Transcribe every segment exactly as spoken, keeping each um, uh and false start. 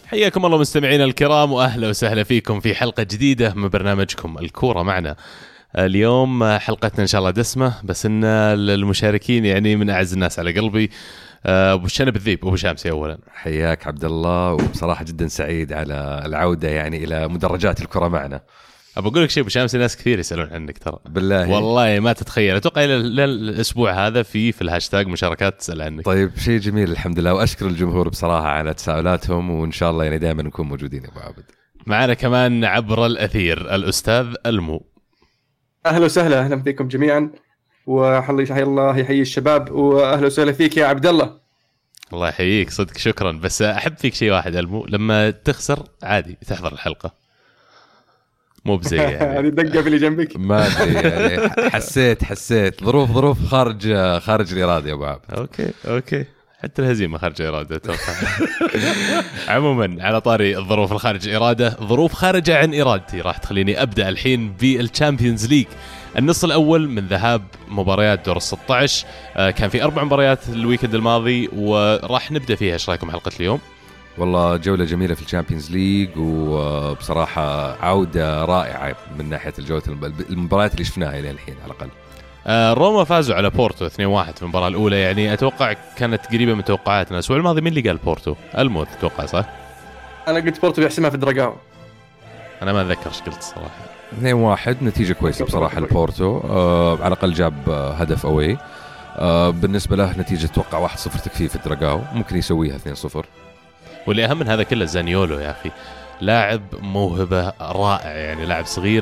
حياكم الله مستمعينا الكرام واهلا وسهلا فيكم في حلقه جديده من برنامجكم الكوره معنا. اليوم حلقتنا ان شاء الله دسمه، بس ان المشاركين يعني من اعز الناس على قلبي. ابو شنب الذيب، ابو شامسي اولا حياك عبد الله، وبصراحه جدا سعيد على العوده يعني الى مدرجات الكره معنا. ابى اقول لك شيء ابو شامسي، ناس كثير يسالون عنك ترى بالله والله ما تتخيل. اتوقع الاسبوع هذا في في الهاشتاج مشاركات تسال عنك. طيب شيء جميل الحمد لله، واشكر الجمهور بصراحه على تساؤلاتهم، وان شاء الله يعني دائما نكون موجودين يا ابو عابد. معنا كمان عبر الاثير الاستاذ المو. اهلا وسهلا، اهلا فيكم جميعا، وحلي حي الله يحيي الشباب، واهلا وسهلا فيك يا عبد الله. الله يحييك صدق، شكرا. بس احب فيك شيء واحد المو، لما تخسر عادي تحضر الحلقه، مو بزي يعني هذه دقه في اللي جنبك. ما ادري يعني حسيت حسيت ظروف ظروف خارج خارج الاراده يا ابو عابد. اوكي اوكي حتى الهزيمه خارج اراده اتوقع. عموما على طاري الظروف الخارج اراده، ظروف خارجه عن ارادتي راح تخليني ابدا الحين بالتشامبيونز ليج. النص الاول من ذهاب مباريات دور الستة عشر، كان في اربع مباريات الويكند الماضي وراح نبدا فيها. ايش رايكم حلقه اليوم؟ والله جولة جميلة في الشامبيونز ليج، وبصراحة عودة رائعة من ناحية الجولة المباريات اللي شفناها إلى الحين على الأقل. آه روما فازوا على بورتو اثنين واحد في المباراة الأولى، يعني أتوقع كانت قريبة من توقعاتنا. الأسبوع الماضي مين اللي قال بورتو؟ الموت أتوقع صح؟ أنا قلت بورتو بيحسمها في الدراجاو. أنا ما أتذكر ايش قلت الصراحة. اثنين واحد نتيجة كويسة بصراحة لبورتو، آه على الأقل جاب هدف أوي. آه بالنسبة له نتيجة توقع واحد صفر تكفيه في الدراجاو، ممكن يسويها اثنين صفر. واللي أهم من هذا كله زانيولو يا أخي، لاعب موهبة رائع، يعني لاعب صغير.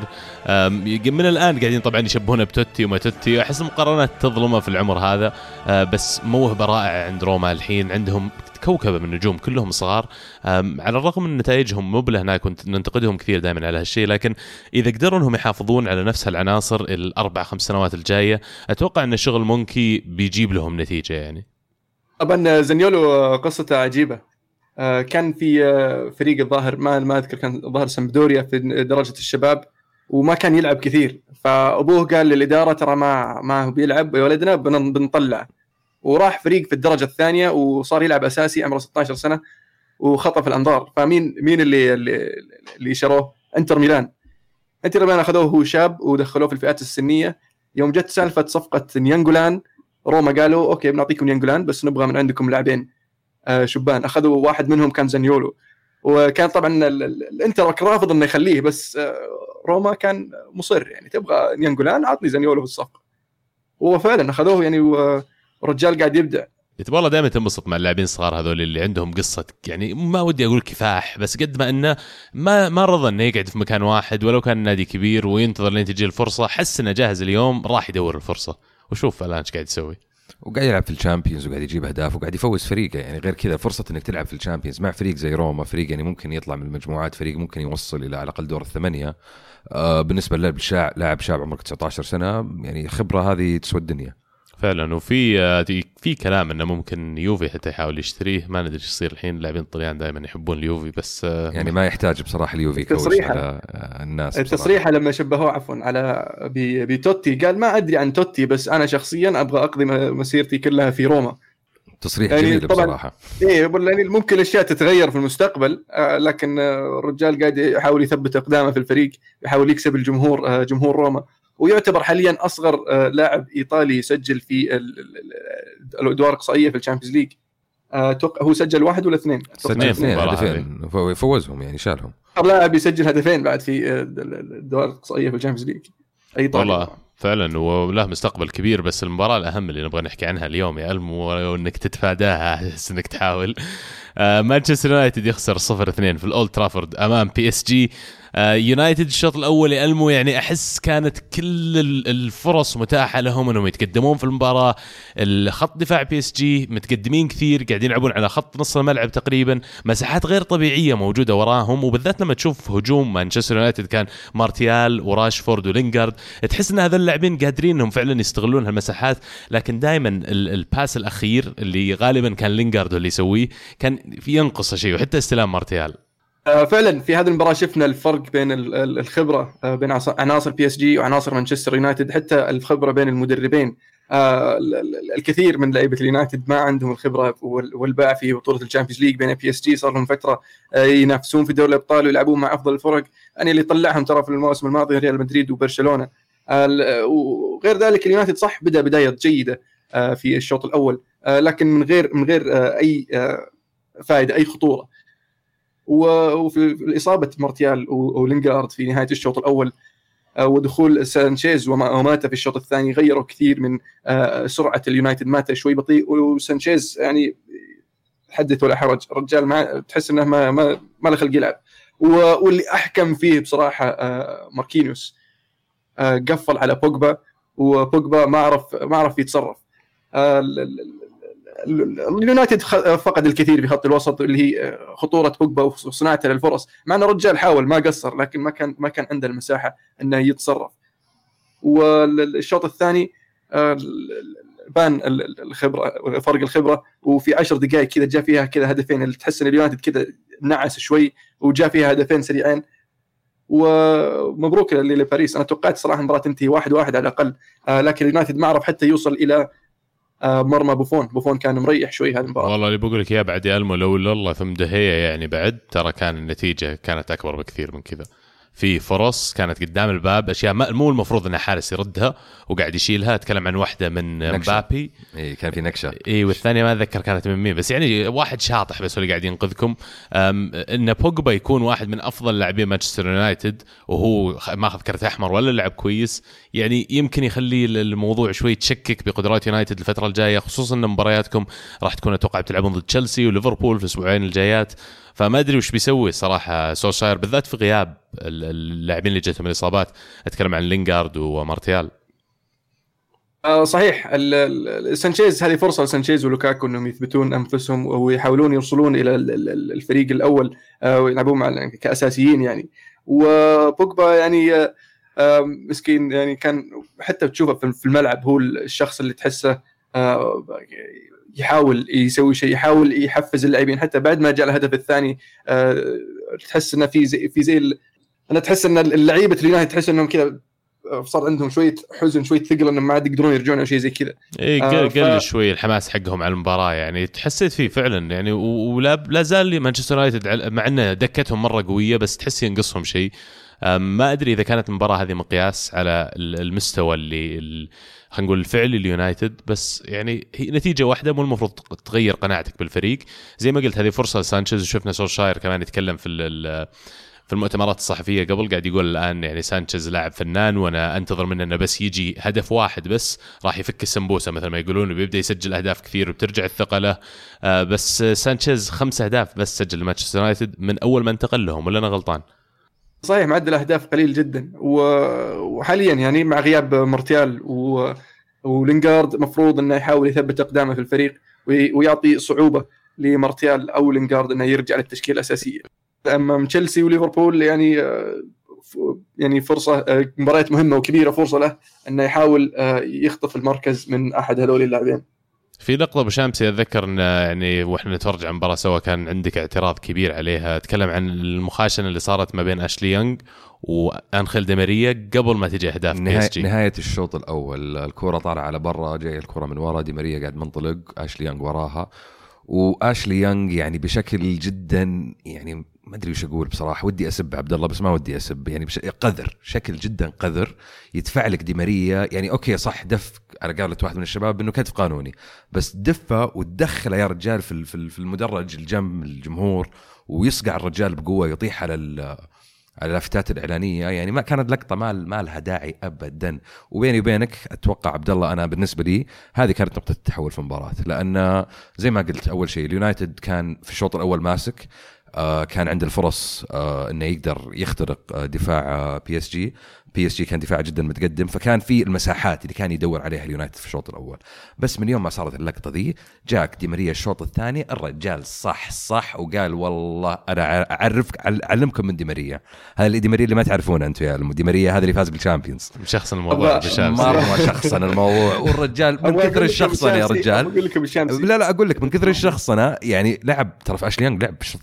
من الآن قاعدين طبعا يشبهونه بتوتي وما توتي، أحس المقارنات تظلمه في العمر هذا، بس موهبة رائعة عند روما. الحين عندهم كوكبة من النجوم كلهم صغار، على الرغم من نتائجهم مو بله هناك، كنت ننتقدهم كثير دائما على هالشيء، لكن إذا قدروا أنهم يحافظون على نفس هالعناصر الأربع خمس سنوات الجاية، أتوقع أن الشغل مونكي بيجيب لهم نتيجة. يعني طبعا زانيولو قصته عجيبة. كان في فريق الظاهر ما ما اذكر، كان ظاهر سمبدوريا في درجه الشباب، وما كان يلعب كثير، فابوه قال للاداره ترى ما ما هو بيلعب يا ولدنا، بنطلع. وراح فريق في الدرجه الثانيه وصار يلعب اساسي، عمره ستة عشر سنه وخطف الانظار. فمين مين اللي اللي, اللي شروه؟ انتر ميلان. انتر ميلان اخذوه هو شاب ودخلوه في الفئات السنيه. يوم جت سالفه صفقه نيانجولان، روما قالوا اوكي بنعطيكم نيانجولان، بس نبغى من عندكم لاعبين شبان. أخذوا واحد منهم كان زانيولو، وكان طبعا الانتر رافض انه يخليه، بس روما كان مصر يعني تبغى نيانجولان عطني زانيولو في الصفقة، وهو فعلا أخذوه يعني، والرجال قاعد يبدع. والله دائما تنبسط مع اللاعبين الصغار هذول اللي عندهم قصة، يعني ما ودي أقول كفاح، بس قد ما إنه ما ما رضى إنه يقعد في مكان واحد ولو كان نادي كبير وينتظر لين تجي الفرصة. حس إنه جاهز اليوم، راح يدور الفرصة، وشوف الآن إيش قاعد يسوي، وقاعد يلعب في الشامبيونز وقاعد يجيب أهداف وقاعد يفوز فريقه. يعني غير كذا فرصة إنك تلعب في الشامبيونز مع فريق زي روما، فريق يعني ممكن يطلع من المجموعات، فريق ممكن يوصل إلى على الأقل دور الثمانية. آه بالنسبة للاعب شاب لاعب شاب عمرك تسعة عشر سنة، يعني خبرة هذه تسوى الدنيا فعلا. وفي في كلام انه ممكن يوفي حتى يحاول يشتريه، ما ندري ايش يصير الحين. اللاعبين الطليان دائما يحبون اليوفي، بس يعني ما يحتاج بصراحه اليوفي كوش على الناس. التصريح لما شبهوه عفوا على بتوتي، قال ما ادري عن توتي، بس انا شخصيا ابغى اقضي مسيرتي كلها في روما. تصريح يعني جميل بصراحه. ايه يعني ممكن الاشياء تتغير في المستقبل، لكن الرجال قاعد يحاول يثبت اقدامه في الفريق، يحاول يكسب الجمهور جمهور روما، ويعتبر حاليا أصغر لاعب إيطالي يسجل في الأدوار الإقصائية في الشامبيونز ليج. هو سجل واحد ولا اثنين؟ سجل اثنين هدفين، فوزهم يعني شالهم. لاعب يسجل هدفين بعد في الأدوار الإقصائية في الشامبيونز ليج والله فعلا، وله مستقبل كبير. بس المباراة الأهم اللي نبغى نحكي عنها اليوم يا ألم، وإنك تتفاداها أحس إنك تحاول. مانشستر يونايتد يخسر صفر اثنين في الأولد ترافورد أمام بي اس جي. يونايتد الشوط الأول يألموا، يعني أحس كانت كل الفرص متاحة لهم أنهم يتقدمون في المباراة. الخط دفاع بي اس جي متقدمين كثير، قاعدين يلعبون على خط نص الملعب تقريبا، مساحات غير طبيعية موجودة وراهم، وبالذات لما تشوف هجوم مانشستر يونايتد كان مارتيال وراشفورد ولينغارد، تحس أن هذول اللاعبين قادرين أنهم فعلا يستغلون هالمساحات. لكن دائما الباس الأخير اللي غالبا كان لينغارد اللي يسويه كان في ينقص شيء، وحتى استلام مارتيال. فعلا في هذه المباراة شفنا الفرق بين الخبرة بين عناصر بي اس جي وعناصر مانشستر يونايتد، حتى الخبرة بين المدربين. آه الكثير من لعيبه اليونايتد ما عندهم الخبره والباع في بطوله الشامبيونز ليج بين بي اس جي، صار لهم فتره آه ينافسون في دوري الابطال ويلعبون مع افضل الفرق. يعني اللي طلعهم ترى في الموسم الماضي ريال مدريد وبرشلونه. آه وغير ذلك اليونايتد صح بدا بدايه جيده آه في الشوط الاول، آه لكن من غير من غير آه اي آه فائده اي خطوره. وفي اصابه مارتيال ولينغارد في نهايه الشوط الاول ودخول سانشيز وماتا في الشوط الثاني غيروا كثير من سرعه اليونايتد. ماتا شوي بطيء وسانشيز يعني حدث ولا حرج، رجال ما تحس انه ما ما, ما له خلق يلعب. واللي احكم فيه بصراحه ماركينيوس، قفل على بوجبا وبوجبا ما عرف ما عرف يتصرف. اليونايتد فقد الكثير في خط الوسط اللي هي خطوره بوجبا وصناعته للفرص، مع انه رجال حاول ما قصر لكن ما كان ما كان عنده المساحه انه يتصرف. والشوط الثاني بان الخبره فرق الخبره، وفي عشر دقائق كذا جاء فيها كذا هدفين اللي تحس ان اليونايتد كذا نعس شوي وجاء فيها هدفين سريعين. ومبروك لباريس. انا توقعت صراحه المباراه تنتهي واحد واحد على الاقل، لكن اليونايتد ما عرف حتى يوصل الى مرمى بوفون. بوفون كان مريح شوي هذه المباراه. والله اللي بقول لك يا بعد يا المو لو والله ثم دهيه يعني بعد ترى كان النتيجه كانت اكبر بكثير من كذا. في فرص كانت قدام الباب، اشياء مو المفروض ان حارس يردها وقاعد يشيلها. اتكلم عن واحده من مبابي، اي كان في نكشه، اي والثانيه ما اتذكر كانت من مين، بس يعني واحد شاطح بس هو اللي قاعد ينقذكم. ان بوجبا يكون واحد من افضل لاعبين مانشستر يونايتد وهو ما اخذ كرت احمر ولا لعب كويس، يعني يمكن يخلي الموضوع شوي تشكك بقدرات يونايتد الفتره الجايه، خصوصا ان مبارياتكم راح تكون اتوقع بتلعبون ضد تشيلسي وليفربول في الاسبوعين الجايات. فما ادري وش بيسوي صراحه سولشاير بالذات في غياب اللاعبين اللي جتهم الاصابات. اتكلم عن لينغارد ومارتيال. آه صحيح. سانشيز هذه فرصه لسانشيز ولوكاكو انهم يثبتون انفسهم ويحاولون يوصلون الى الفريق الاول ويلعبون مع كاساسيين يعني. وبوجبا يعني آه مسكين يعني كان حتى تشوفه في الملعب هو الشخص اللي تحسه آه يحاول يسوي شيء، يحاول يحفز اللاعبين. حتى بعد ما جاء الهدف الثاني أه تحس انه في زي في زي انا تحس ان اللعيبه اليونايتد تحس انهم كذا صار عندهم شويه حزن شويه ثقل انهم ما عاد يقدرون يرجعون او شيء زي كذا. اي قل آه ف... قل شوي الحماس حقهم على المباراه يعني تحسيت فيه فعلا يعني. ولا لا زال مانشستر يونايتد مع انه دكتهم مره قويه بس تحس ينقصهم شيء. ما ادري اذا كانت المباراه هذه مقياس على المستوى اللي خلينا نقول الفعلي اليونايتد، بس يعني هي نتيجه واحده مو المفروض تغير قناعتك بالفريق. زي ما قلت هذه فرصه لسانشيز، وشفنا سولشاير كمان يتكلم في في المؤتمرات الصحفيه قبل قاعد يقول الان يعني سانشيز لاعب فنان وانا انتظر منه انه بس يجي هدف واحد بس راح يفك السمبوسه مثل ما يقولون وبيبدا يسجل اهداف كثير وبترجع الثقه له. آه بس سانشيز خمس اهداف بس سجل مانشستر يونايتد من اول ما انتقل لهم، ولا انا غلطان؟ صحيح معدل اهداف قليل جدا. وحاليا يعني مع غياب مارتيال و ولينغارد مفروض انه يحاول يثبت اقدامه في الفريق ويعطي صعوبه لمارتيال او لينغارد انه يرجع للتشكيله الاساسيه. اما من تشيلسي وليفربول يعني يعني فرصه مباريات مهمه وكبيره، فرصه له انه يحاول يخطف المركز من احد هذول اللاعبين. في لقطه بشامسي اتذكر ان يعني واحنا نتفرج على المباراه سوا كان عندك اعتراض كبير عليها، تكلم عن المخاشنه اللي صارت ما بين اشلي يونغ وانخيل دي ماريا قبل ما تجي اهداف بي اس جي. نهايه الشوط الاول الكره طالعه على برا، جاي الكره من ورا، دي ماريا قاعد منطلق، اشلي يونغ وراها، واشلي يونغ يعني بشكل جدا يعني ما ادري وش اقول بصراحه، ودي اسب عبد الله بس ما ودي اسب يعني بش... قذر، شكل جدا قذر. يدفع لك دي ماريا يعني اوكي صح دف على قولة واحد من الشباب انه كتف قانوني، بس دفه وتدخله يا رجال في في المدرج الجنب الجمهور ويصقع الرجال بقوه يطيح على ال... على اللافتات الاعلانيه يعني. ما كانت لقطه ما ما لها داعي ابدا. وبيني وبينك اتوقع عبد الله انا بالنسبه لي هذه كانت نقطه التحول في المباراه، لان زي ما قلت اول شيء اليونايتد كان في الشوط الاول ماسك، آه كان عنده الفرص آه انه يقدر يخترق آه دفاع آه بي اس جي. بي اس جي كان دفاع جدا متقدم، فكان في المساحات اللي كان يدور عليها اليونايتد في الشوط الاول. بس من يوم ما صارت اللقطه ذي جاك دي ماريا الشوط الثاني الرجال صح صح وقال والله انا اعرفك اعلمكم من دي ماريا. هذا اللي دي ماريا اللي ما تعرفونه انتم يا دي ماريا، هذا اللي فاز بالشامبيونز. شخص الموضوع مره شخصا الموضوع والرجال من كثر الشخصنه يا رجال. لا لا اقول لك من كثر الشخصنه يعني لعب ترى في اشلي يونغ لعب بالشوط الثاني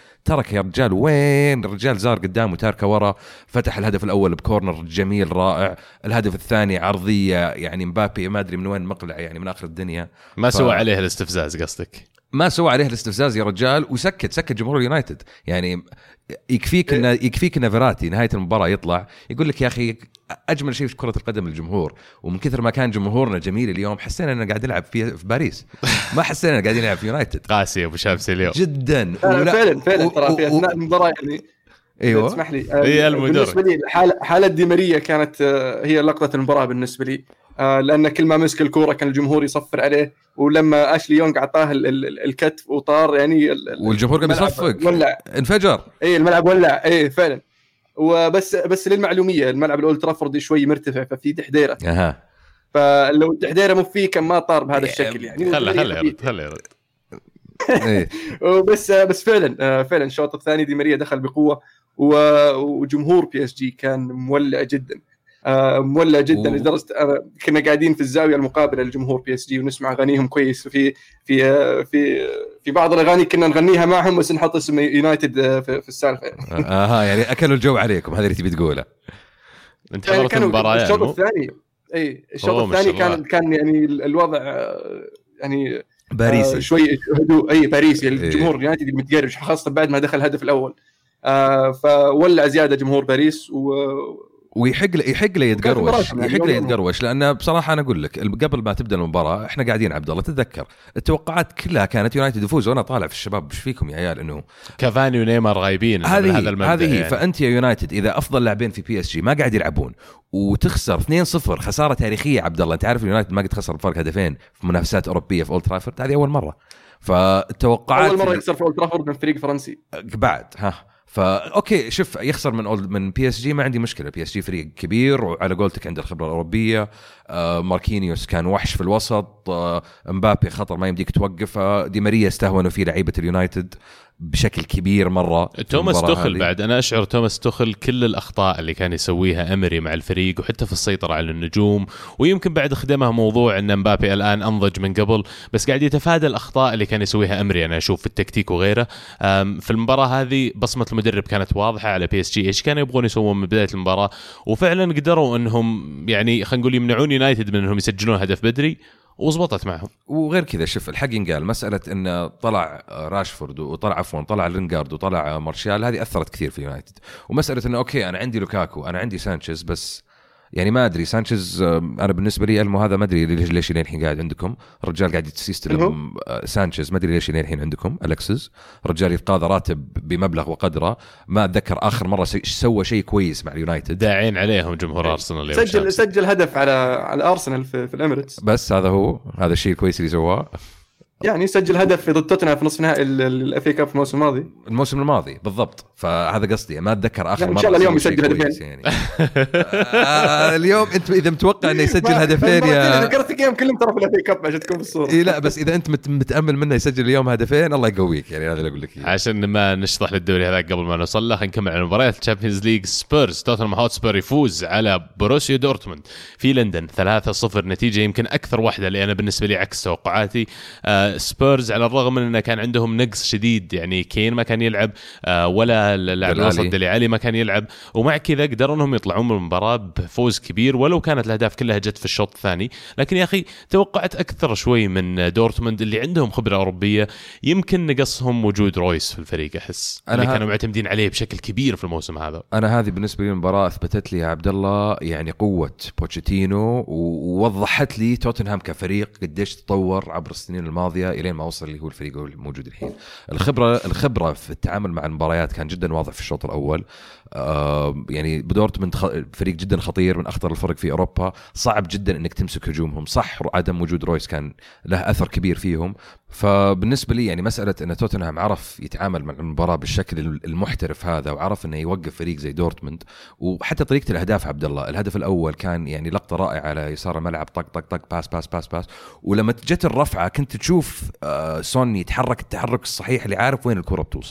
ترك يا رجال، وين الرجال زار قدام وتاركه ورا، فتح الهدف الأول بكورنر جميل رائع، الهدف الثاني عرضية يعني مبابي ما أدري من وين مقلع يعني من آخر الدنيا، ما ف... سوى عليه الاستفزاز قصدك؟ ما سوى عليه الاستفزاز يا رجال، وسكت سكت جمهور اليونايتد. يعني يكفيك ان يكفيك ان فيراتي نهايه المباراه يطلع يقول لك يا اخي اجمل شيء في كره القدم الجمهور، ومن كثر ما كان جمهورنا جميل اليوم حسينا اننا قاعد نلعب في في باريس، ما حسينا قاعدين نلعب في يونايتد. قاسي ابو شامسي اليوم جدا فعلا فعلا ترى في اثناء المباراه يعني ايوه اسمح لي هي بالنسبه لي حاله حاله دي ماريا كانت هي لقطه المباراه بالنسبه لي، لان كل ما مسك الكوره كان الجمهور يصفر عليه، ولما اشلي يونغ اعطاه الكتف وطار يعني والجمهور قام يصفق ولع انفجر. اي الملعب ولع اي فعلا. وبس بس للمعلوميه الملعب الاولد ترافورد شوي مرتفع ففي تحديره، اها فلو التحديره مو فيه كان ما طار بهذا الشكل يعني. خله خله يرد خله يرد بس بس فعلا فعلا الشوط الثاني دي ماريا دخل بقوه، وجمهور بي اس جي كان مولع جدا مولع جدا لدرجه كنا قاعدين في الزاويه المقابله للجمهور بي اس جي ونسمع اغانيهم كويس، في في في في بعض الاغاني كنا نغنيها معهم بس نحط اسم يونايتد في السالفه. اها يعني اكلوا الجو عليكم، هذا اللي تبي تقوله انت حضرت المباراه الشوط الثاني. اي الشوط الثاني كان كان يعني الوضع يعني باريسي آه شوي هدوء. اي باريسي الجمهور يونايتد متقرش خاصه بعد ما دخل الهدف الاول، آه فولع زياده جمهور باريس و ويحق له يحق له يتقروش يحق له يتقروش لأن بصراحة أنا أقول لك قبل ما تبدأ المباراة إحنا قاعدين عبد الله تتذكر التوقعات كلها كانت يونايتد يفوز، وأنا طالع في الشباب إيش فيكم يا عيال إنه كافاني ونيمار غايبين هذه هذه هذه يعني. فأنت يا يونايتد إذا أفضل لاعبين في بي اس جي ما قاعد يلعبون وتخسر اثنين صفر خسارة تاريخية عبد الله، أنت عارف اليونايتد ما قد خسر بفرق هدفين في منافسات أوروبية في أولد ترافورد، هذه أول مرة. فالتوقعات أول مرة يخسر في أولد ترافورد من فريق فرنسي بعد ها فا اوكي شوف يخسر من أول من بي اس جي ما عندي مشكله، بي اس جي فريق كبير وعلى قولتك عنده الخبره الاوروبيه، آه ماركينيوس كان وحش في الوسط، آه مبابي خطر ما يمديك توقفه، دي ماريا استهونوا فيه لعيبه اليونايتد بشكل كبير مره. توماس توخل بعد انا اشعر توماس توخل كل الاخطاء اللي كان يسويها امري مع الفريق وحتى في السيطره على النجوم، ويمكن بعد خدمها موضوع ان مبابي الان انضج من قبل، بس قاعد يتفادى الاخطاء اللي كان يسويها امري انا اشوف في التكتيك وغيره. في المباراه هذه بصمه المدرب كانت واضحه على بي اس جي ايش كانوا يبغون يسوون من بدايه المباراه، وفعلا قدروا انهم يعني خلينا نقول يمنعون يونايتد من انهم يسجلون هدف بدري وزبطت معهم. وغير كذا شوف الحق ينقال مسألة إن طلع راشفورد وطلع عفوا طلع لينغارد وطلع مارشال هذه أثرت كثير في يونايتد، ومسألة إنه أوكي أنا عندي لوكاكو أنا عندي سانشيز بس يعني ما أدري سانشيز أنا بالنسبة لي المو هذا ما أدري ليش لين الحين قاعد عندكم الرجال قاعد يستلم سانشيز ما أدري ليش لين الحين عندكم ألكسز رجال يتقاضى راتب بمبلغ وقدره، ما أتذكر آخر مرة سوى شيء كويس مع اليونايتد. داعين عليهم جمهور أرسنال سجل سجل هدف على على أرسنال في, في الإميريتس، بس هذا هو هذا الشيء الكويس اللي سواه، يعني سجل هدف في ضد توتنهام في نصف نهائي الأف إيه كاب في الموسم الماضي الموسم الماضي بالضبط، فهذا قصدي ما أتذكر آخر مرة إن شاء الله اليوم يسجل هدفين يعني. آه اليوم أنت إذا متوقع إنه يسجل هدفين يا ذكرت الجيم كلهم ترى في الأف إيه كاب عشان تكون بالصورة. إيه لا بس إذا أنت متأمل منه يسجل اليوم هدفين الله يقويك يعني هذا اللي أقول لك عشان ما نشطح للدوري هذا قبل ما نوصل له. خلينا نكمل على مباريات الشامبيونز ليج. سبيرز توتنهام هوتسبير يفوز على بروسيا دورتموند في لندن ثلاثة صفر، نتيجة يمكن أكثر واحدة اللي أنا بالنسبة لي عكس توقعاتي. آه سبيرز على الرغم من أنه كان عندهم نقص شديد، يعني كين ما كان يلعب آه ولا اللاعب الوسط ديلي علي ما كان يلعب، ومع كذا قدروا انهم يطلعون من المباراه بفوز كبير ولو كانت الاهداف كلها جت في الشوط الثاني. لكن يا اخي توقعت اكثر شوي من دورتموند اللي عندهم خبره اوروبيه، يمكن نقصهم وجود رويس في الفريق احس اللي ه... كانوا معتمدين عليه بشكل كبير في الموسم هذا. انا هذه بالنسبه لي المباراه اثبتت لي يا عبد الله يعني قوه بوتشيتينو، ووضحت لي توتنهام كفريق قديش تطور عبر السنين الماضيه الين ما وصل اللي هو الفريق الموجود الحين. الخبره الخبره في التعامل مع المباريات كان جدا واضح في الشوط الأول. آه يعني بدورتموند فريق جدا خطير من أخطر الفرق في أوروبا، صعب جدا أنك تمسك هجومهم، صح عدم وجود رويس كان له أثر كبير فيهم. فبالنسبة لي يعني مسألة أن توتنهام عرف يتعامل مع المباراة بالشكل المحترف هذا، وعرف أنه يوقف فريق زي دورتموند، وحتى طريقة الأهداف عبد الله الهدف الأول كان يعني لقطة رائعة على يسار الملعب، طق طق طق باس باس باس باس، ولما جت الرفعة كنت تشوف آه سون يتحرك التحرك الصحيح اللي عارف وين الكرة بتوصل،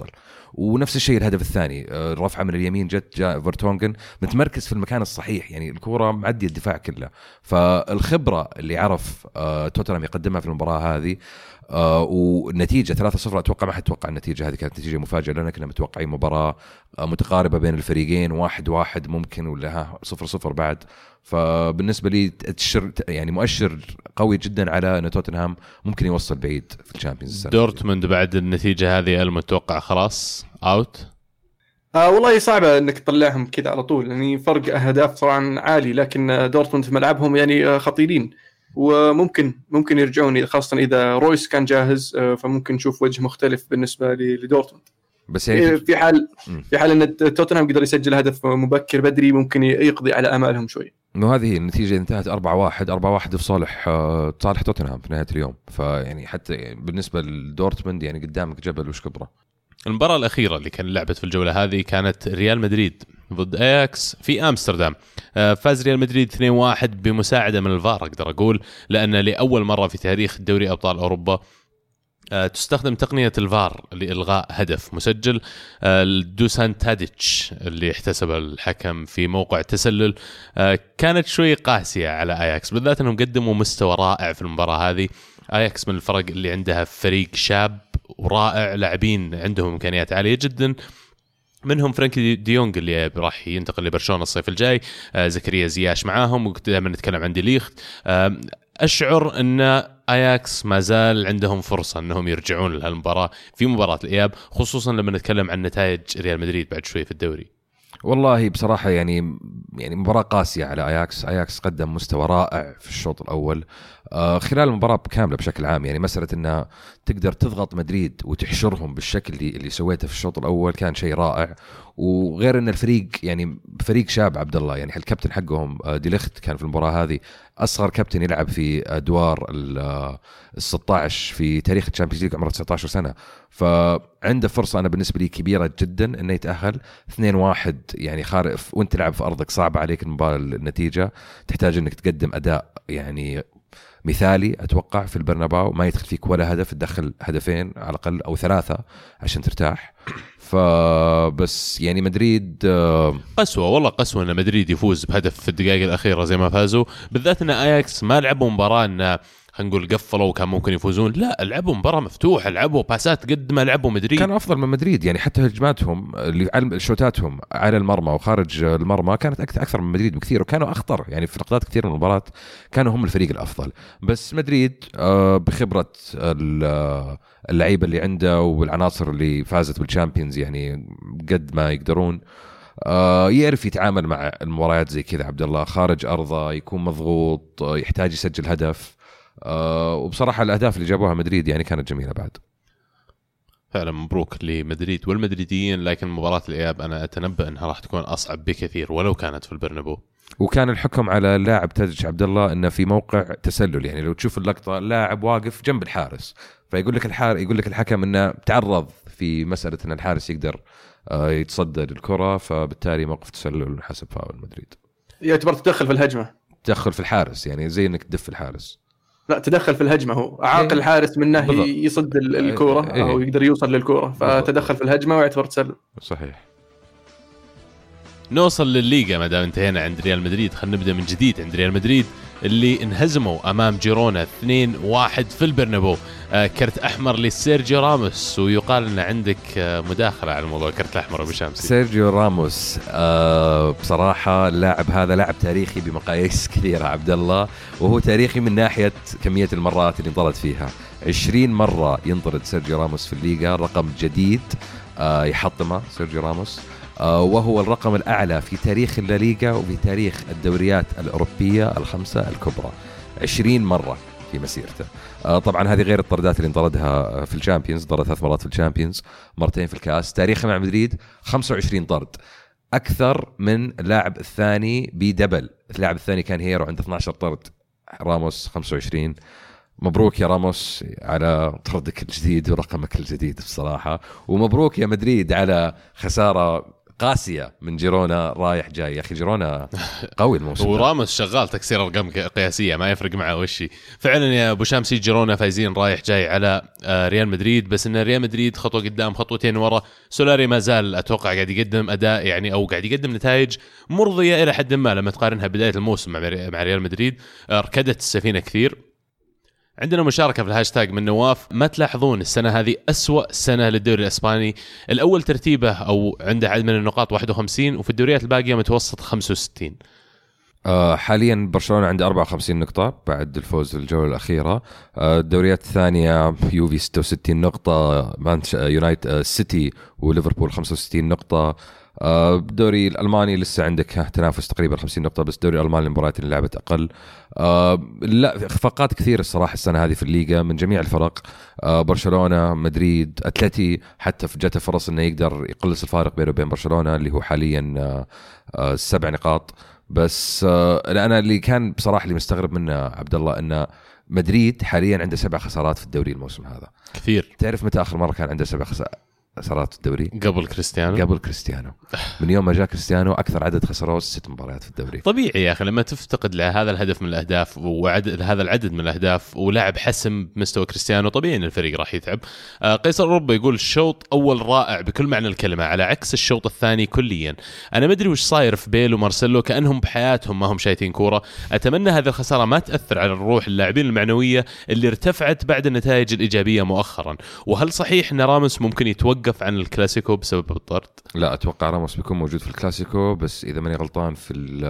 ونفس الشيء الهدف الثاني رفعه من اليمين جت جاء فيرتونغن متمركز في المكان الصحيح، يعني الكرة معدية الدفاع كله. فالخبرة اللي عرف توتنهام يقدمها في المباراة هذه آه والنتيجة ثلاثة صفر أتوقع ما حد توقع النتيجة هذه، كانت نتيجة مفاجئة لنا، كنا متوقعين مباراة آه متقاربة بين الفريقين واحد واحد ممكن ولا ها صفر صفر بعد. فبالنسبة لي تشر يعني مؤشر قوي جدا على أن توتنهام ممكن يوصل بعيد في الشامبيونز. دورتموند بعد النتيجة هذه المتوقع خلاص أوت. آه والله صعبة انك تطلعهم كذا على طول، يعني فرق اهداف طبعا عالي، لكن دورتموند في ملعبهم يعني خطيرين، وممكن ممكن يرجعون خاصة إذا رويس كان جاهز، فممكن نشوف وجه مختلف بالنسبة لدورتموند. بس يعني في حال في حال أن توتنهام قدر يسجل هدف مبكر بدري ممكن يقضي على أمالهم شوي. إنه هذه النتيجة انتهت أربعة واحد أربعة واحد في صالح صالح توتنهام في نهاية اليوم، فيعني حتى بالنسبة لدورتموند يعني قدامك جبل وش كبره. المباراة الأخيرة اللي كان لعبت في الجولة هذه كانت ريال مدريد ضد أياكس في أمستردام. فاز ريال مدريد اثنين واحد بمساعدة من الفار أقدر أقول، لأن لأول مرة في تاريخ دوري أبطال أوروبا تستخدم تقنية الفار لإلغاء هدف مسجل. دوسان تاديتش اللي احتسب الحكم في موقع تسلل كانت شوي قاسية على أياكس، بالذات أنهم قدموا مستوى رائع في المباراة هذه. أياكس من الفرق اللي عندها فريق شاب ورائع، لاعبين عندهم إمكانيات عالية جدا، منهم فرانكي ديونغ اللي راح ينتقل لبرشلونة الصيف الجاي، آه زكريا زياش معاهم، ودائما نتكلم عن دي ليخت. آه أشعر أن أياكس ما زال عندهم فرصة أنهم يرجعون لهالمباراة في مباراة الإياب، خصوصا لما نتكلم عن نتائج ريال مدريد بعد شوي في الدوري. والله بصراحة يعني يعني مباراة قاسية على أياكس. أياكس قدم مستوى رائع في الشوط الأول آه خلال المباراة كاملة بشكل عام، يعني مسألة أنها تقدر تضغط مدريد وتحشرهم بالشكل اللي, اللي سويته في الشوط الأول كان شيء رائع. وغير أن الفريق يعني فريق شاب عبد الله، يعني الكابتن حقهم دي ليخت كان في المباراة هذه أصغر كابتن يلعب في أدوار ال ستة عشر في تاريخ الشامبيونز ليج، عمره تسعة عشر سنة، فعنده فرصة أنا بالنسبة لي كبيرة جدا إنه يتأهل. اثنين واحد يعني خارف وانت تلعب في أرضك، صعب عليك المباراة النتيجة، تحتاج إنك تقدم أداء يعني مثالي أتوقع في البرناباو، ما يدخل فيك ولا هدف، تدخل هدفين على الأقل أو ثلاثة عشان ترتاح. فبس يعني مدريد قسوة والله قسوة ان مدريد يفوز بهدف في الدقائق الأخيرة زي ما فازوا، بالذات ان اياكس ما لعبوا مباراة ان خلينا نقول قفلوا وكان ممكن يفوزون، لا لعبوا مباراة مفتوحة، لعبوا باسات قد ما لعبوا مدريد، كان أفضل من مدريد. يعني حتى هجماتهم اللي على شوتاتهم على المرمى وخارج المرمى كانت أكثر من مدريد بكثير، وكانوا أخطر يعني في لقطات كثير من المباراة كانوا هم الفريق الأفضل. بس مدريد بخبرة اللعيبة اللي عنده والعناصر اللي فازت بالشامبيونز يعني قد ما يقدرون يعرف يتعامل مع المباريات زي كذا. عبد الله خارج أرضه يكون مضغوط، يحتاج يسجل هدف، أه وبصراحة الأهداف اللي جابوها مدريد يعني كانت جميلة بعد. فعلا مبروك لمدريد والمدريديين، لكن مباراة الإياب أنا أتنبأ أنها راح تكون أصعب بكثير ولو كانت في البرنابو. وكان الحكم على اللاعب تاديتش عبد الله أنه في موقع تسلل، يعني لو تشوف اللقطة اللاعب واقف جنب الحارس، فيقول لك الحار يقول لك الحكم أنه تعرض في مسألة أن الحارس يقدر يتصدى للكرة، فبالتالي موقف تسلل حسب فاول مدريد. يعتبر تدخل في الهجمة، تدخل في الحارس يعني زي انك تدف الحارس. لا تدخل في الهجمة، هو اعاق إيه. الحارس من ناحية يصد الكرة إيه. او يقدر يوصل للكرة، فتدخل في الهجمة ويعتبر تسلل. صحيح. نوصل للليغا ما دام انتهينا عند ريال مدريد، خلينا نبدا من جديد عند ريال مدريد اللي انهزموا امام جيرونا اثنين واحد في البرنابو. آه كرت احمر لسيرجيو راموس، ويقال ان عندك آه مداخله على الموضوع كرت احمر ابو شامسي. سيرجيو راموس آه بصراحه اللاعب هذا لاعب تاريخي بمقاييس كثيره عبد الله، وهو تاريخي من ناحيه كميه المرات اللي انطرد فيها. عشرين مره ينطرد سيرجيو راموس في الليغا، رقم جديد آه يحطمه سيرجيو راموس، وهو الرقم الأعلى في تاريخ الليغا وفي تاريخ الدوريات الأوروبية الخمسة الكبرى. عشرين مرة في مسيرته. طبعا هذه غير الطردات اللي انطردها في الشامبيونز، طرد ثلاث مرات في الشامبيونز، مرتين في الكاس. تاريخه مع مدريد خمسة وعشرين طرد، أكثر من اللاعب الثاني بدبل. اللاعب الثاني كان هيرو عنده اثناشر طرد، راموس خمسة وعشرين. مبروك يا راموس على طردك الجديد ورقمك الجديد بصراحة، ومبروك يا مدريد على خسارة قاسية من جيرونا رايح جاي. يا أخي جيرونا قوي الموسم. وراموس شغال تكسير أرقام قياسية ما يفرق معه وشي. فعلا يا أبو شامسي جيرونا فايزين رايح جاي على ريال مدريد، بس إن ريال مدريد خطوة قدام خطوتين ورا. سولاري ما زال أتوقع قاعد يقدم أداء يعني أو قاعد يقدم نتائج مرضية إلى حد ما لما تقارنها بداية الموسم مع ريال مدريد. ركدت السفينة كثير. عندنا مشاركة في الهاشتاج من نواف: ما تلاحظون السنة هذه أسوأ سنة للدوري الإسباني؟ الأول ترتيبه أو عنده عدد من النقاط واحد وخمسين وفي الدوريات الباقية متوسط خمسة وستين. آه حاليا برشلونة عنده أربعة وخمسين نقطة بعد الفوز في الجولة الأخيرة. آه الدوريات الثانية يوفي ستة وستين نقطة، مانش يونايتد آه سيتي وليفربول خمسة وستين نقطة. الدوري الألماني لسه عندك تنافس تقريبا خمسين نقطة، بس الدوري الألماني المباريات اللي لعبت أقل. آه لا إخفاقات كثير الصراحة السنة هذه في الليغا من جميع الفرق. آه برشلونة، مدريد، أتلتي حتى في جاته فرص إنه يقدر يقلص الفارق بينه وبين برشلونة اللي هو حاليا آه آه سبع نقاط بس. آه أنا اللي كان بصراحة اللي مستغرب منه عبد الله إنه مدريد حاليا عنده سبع خسارات في الدوري الموسم هذا. كثير. تعرف متى آخر مرة كان عنده سبع خسارات خسارات في الدوري؟ قبل كريستيانو. قبل كريستيانو من يوم ما جاء كريستيانو أكثر عدد خسروه ست مباريات في الدوري. طبيعي يا أخي لما تفتقد لهذا الهدف من الأهداف وعدد هذا العدد من الأهداف ولعب حسم بمستوى كريستيانو، طبيعي إن الفريق راح يتعب. آه قيصر أوروبا يقول: الشوط أول رائع بكل معنى الكلمة على عكس الشوط الثاني كليا. أنا ما أدري وش صاير في بيل ومارسيلو، كأنهم بحياتهم ما هم شايتين كورة. أتمنى هذه الخسارة ما تأثر على الروح اللاعبين المعنوية اللي ارتفعت بعد النتائج الإيجابية مؤخرا. وهل صحيح أن راموس ممكن يتوقف عن الكلاسيكو بسبب الطرد؟ لا أتوقع راموس بيكون موجود في الكلاسيكو، بس إذا ماني غلطان في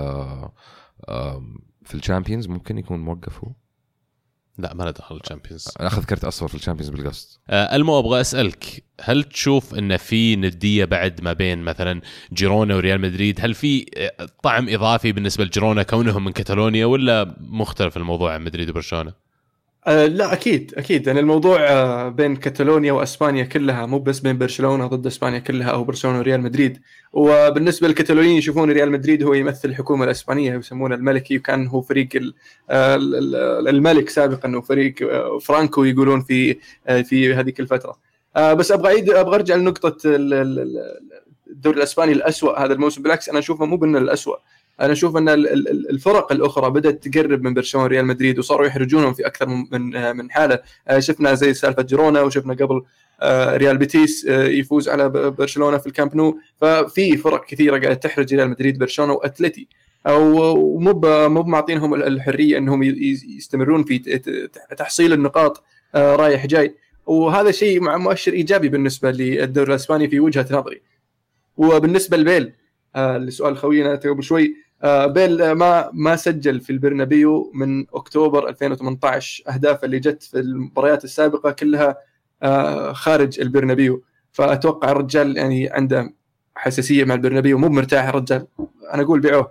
في الشامبيونز ممكن يكون موقف هو. لا ما له دخل الشامبيونز. أخذ كرت أصفر في الشامبيونز بالقصد. آه المو أبغى أسألك: هل تشوف إن في ندية بعد ما بين مثلا جيرونا وريال مدريد؟ هل في طعم إضافي بالنسبة لجيرونا كونهم من كاتالونيا، ولا مختلف الموضوع عن مدريد وبرشلونة؟ أه لا أكيد أكيد يعني الموضوع أه بين كاتالونيا وأسبانيا كلها، مو بس بين برشلونة ضد أسبانيا كلها أو برشلونة وريال مدريد. وبالنسبة للكتالونيين يشوفون ريال مدريد هو يمثل الحكومة الأسبانية، يسمونه الملكي، وكان هو فريق الملك سابقا وفريق فرانكو يقولون في في هذه الفترة. أه بس أبغى أعيد أبغى أرجع لنقطة الدوري الأسباني الأسوأ هذا الموسم. بالعكس أنا أشوفه مو بأنه الأسوأ، أنا أشوف أن الفرق الأخرى بدأت تقرب من برشلونة وريال مدريد وصاروا يحرجونهم في أكثر من من حالة. شفنا زي سالفة جيرونا، وشفنا قبل ريال بيتيس يفوز على برشلونة في الكامب نو. ففي فرق كثيرة قاعدة تحرج ريال مدريد، برشلونة وأتلتي، أو مو مو معطينهم الحرية أنهم يستمرون في تحصيل النقاط رايح جاي. وهذا شيء مؤشر إيجابي بالنسبة للدوري الإسباني في وجهة نظري. وبالنسبة لبيل لسؤال خوينا قبل شوي، بيل ما ما سجل في البرنابيو من أكتوبر ألفين وثمانية عشر. أهداف اللي جت في المباريات السابقة كلها خارج البرنابيو، فأتوقع الرجال يعني عنده حساسية مع البرنابيو، مو مرتاح الرجال. أنا أقول بيعوه.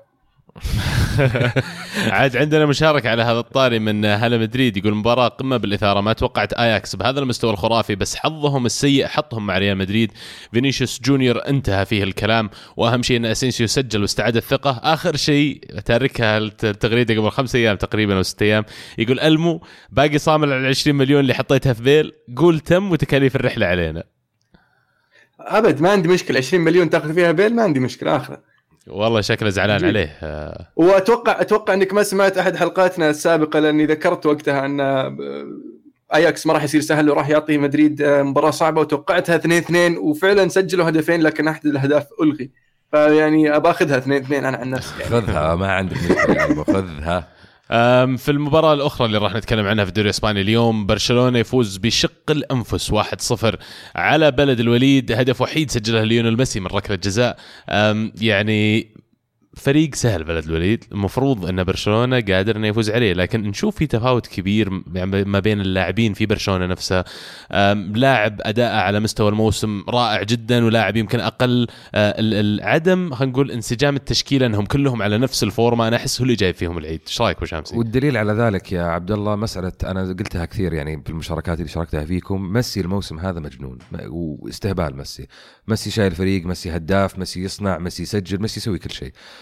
عاد عندنا مشاركة على هذا الطاري من هلا مدريد، يقول: مباراة قمة بالإثارة، ما توقعت آياكس بهذا المستوى الخرافي، بس حظهم السيء حطهم مع ريال مدريد. فينيسيوس جونيور انتهى فيه الكلام، وأهم شيء أن أسينسيو سجل واستعاد الثقة. آخر شيء تاركها التغريدة قبل خمس أيام تقريبا أو ست أيام، يقول: ألمو باقي صامل على العشرين مليون اللي حطيتها في بيل، قول تم وتكاليف الرحلة علينا. أبد ما عندي مشكلة، عشرين مليون تأخذ فيها بيل ما عندي مشكلة. آخره والله شكله زعلان جيد عليه. واتوقع اتوقع انك ما سمعت احد حلقاتنا السابقه، لاني ذكرت وقتها ان اياكس ما راح يصير سهل وراح يعطي مدريد مباراه صعبه، وتوقعتها اثنين اثنين وفعلا سجلوا هدفين، لكن احد الاهداف الغي. فيعني ابى اخذها اثنين اثنين انا عن نفسي يعني. خذها ما عندك مشكله، خذها. في المباراة الأخرى اللي راح نتكلم عنها في الدوري الإسباني اليوم، برشلونة يفوز بشق الأنفس واحد صفر على بلد الوليد، هدف وحيد سجله ليونيل ميسي من ركلة جزاء. يعني فريق سهل بلد الوليد، المفروض أن برشلونة قادر أن يفوز عليه، لكن نشوف في تفاوت كبير ما بين اللاعبين في برشلونة نفسها. لاعب أداء على مستوى الموسم رائع جدا، ولاعب يمكن أقل العدم خلينا نقول انسجام التشكيلة أنهم كلهم على نفس الفورمة. أنا أحس هو اللي جايب فيهم العيد. إيش رأيك وشامسي؟ والدليل على ذلك يا عبد الله مسألة أنا قلتها كثير يعني في المشاركات اللي شاركتها فيكم، ميسي الموسم هذا مجنون واستهبال. ميسي ميسي شايل الفريق، ميسي هداف، ميسي يصنع، ميسي يسجل، ميسي يسوي كل شيء.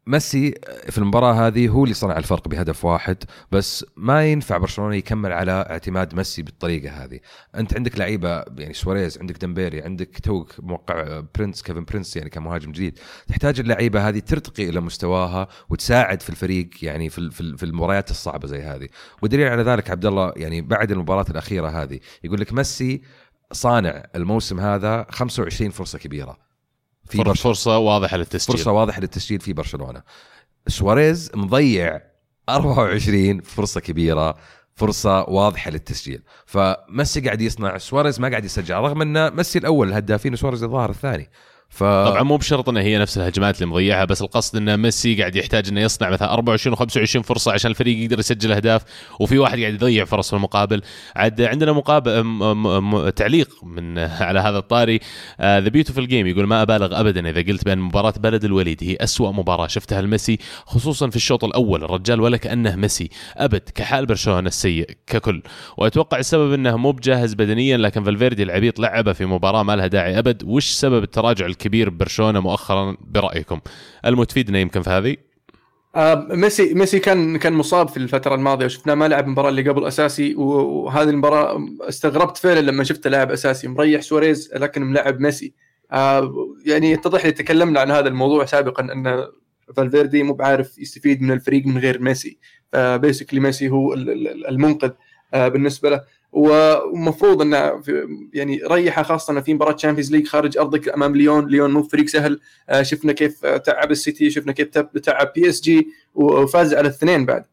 ميسي في المباراة هذه هو اللي صنع الفرق بهدف واحد، بس ما ينفع برشلونة يكمل على اعتماد ميسي بالطريقة هذه. أنت عندك لعيبة يعني سواريز، عندك ديمبيلي، عندك توك موقع برينس كيفن برينس يعني كمهاجم جديد، تحتاج اللعيبة هذه ترتقي إلى مستواها وتساعد في الفريق يعني في في المباريات الصعبة زي هذه. ودليل على ذلك عبد الله يعني بعد المباراة الأخيرة هذه يقول لك ميسي صانع الموسم هذا خمسة وعشرين فرصة كبيرة، في فرصة واضحة للتسجيل، فرصة واضحة للتسجيل في برشلونة. سواريز مضيع أربعة وعشرين فرصة كبيرة، فرصة واضحة للتسجيل. فميسي قاعد يصنع، سواريز ما قاعد يسجل، رغم أن ميسي الأول الهدافين وسواريز الظاهر الثاني. ف... طبعا مو بشرط انها هي نفس الهجمات اللي مضيعها، بس القصد ان ميسي قاعد يحتاج انه يصنع مثلا أربعة وعشرين وخمسة وعشرين فرصه عشان الفريق يقدر يسجل اهداف، وفي واحد قاعد يضيع فرص في المقابل. عاد عندنا مقابل م... م... تعليق من على هذا الطاري ذا بيوتيفول جيم يقول ما ابالغ ابدا اذا قلت بان مباراه بلد الوليد هي أسوأ مباراه شفتها لميسي، خصوصا في الشوط الاول. الرجال ولا كانه ميسي ابد، كحال برشلونه السيء ككل. واتوقع السبب انه مو بجاهز بدنيا، لكن فالفيردي العبيط لعبه في مباراه ما لها داعي ابد. وش سبب التراجع الكبير ببرشلونه مؤخرا برأيكم؟ المتفيدنا يمكن في هذه. آه ميسي ميسي كان كان مصاب في الفترة الماضية وشفناه ما لعب المباراة اللي قبل أساسي، وهذه المباراة استغربت فعلا لما شفته لاعب أساسي مريح سواريز لكن ملعب ميسي. آه يعني يتضح لي تكلمنا عن هذا الموضوع سابقا أن فالفيردي مو بعارف يستفيد من الفريق من غير ميسي. فبيسكلي ميسي هو المنقذ آه بالنسبة له، ومفروض انه يعني ريحه، خاصه في مباراه تشامبيونز ليج خارج ارضك امام ليون. ليون مو فريق سهل، شفنا كيف تعب السيتي، شفنا كيف تعب بي اس جي وفاز على الاثنين بعد.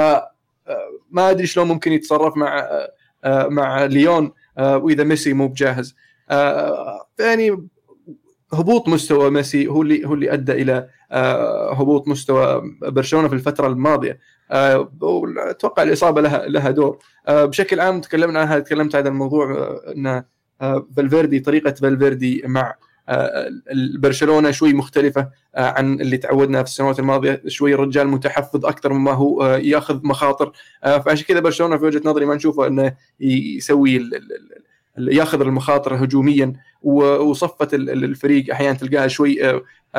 فما ادري شلون ممكن يتصرف مع مع ليون واذا ميسي مو بجاهز. يعني هبوط مستوى ميسي هو اللي هو اللي ادى الى هبوط مستوى برشلونه في الفتره الماضيه. اتوقع الاصابه لها لها دور. بشكل عام تكلمنا عنها، تكلمت عن الموضوع ان فالفيردي، طريقه فالفيردي مع برشلونه شوي مختلفه عن اللي تعودنا في السنوات الماضيه. شوي الرجال متحفظ اكثر مما هو ياخذ مخاطر، فعشان كذا برشلونه في وجهه نظري ما نشوفه انه يسوي ياخذ المخاطر هجوميا، وصفت الفريق احيانا تلقاها شوي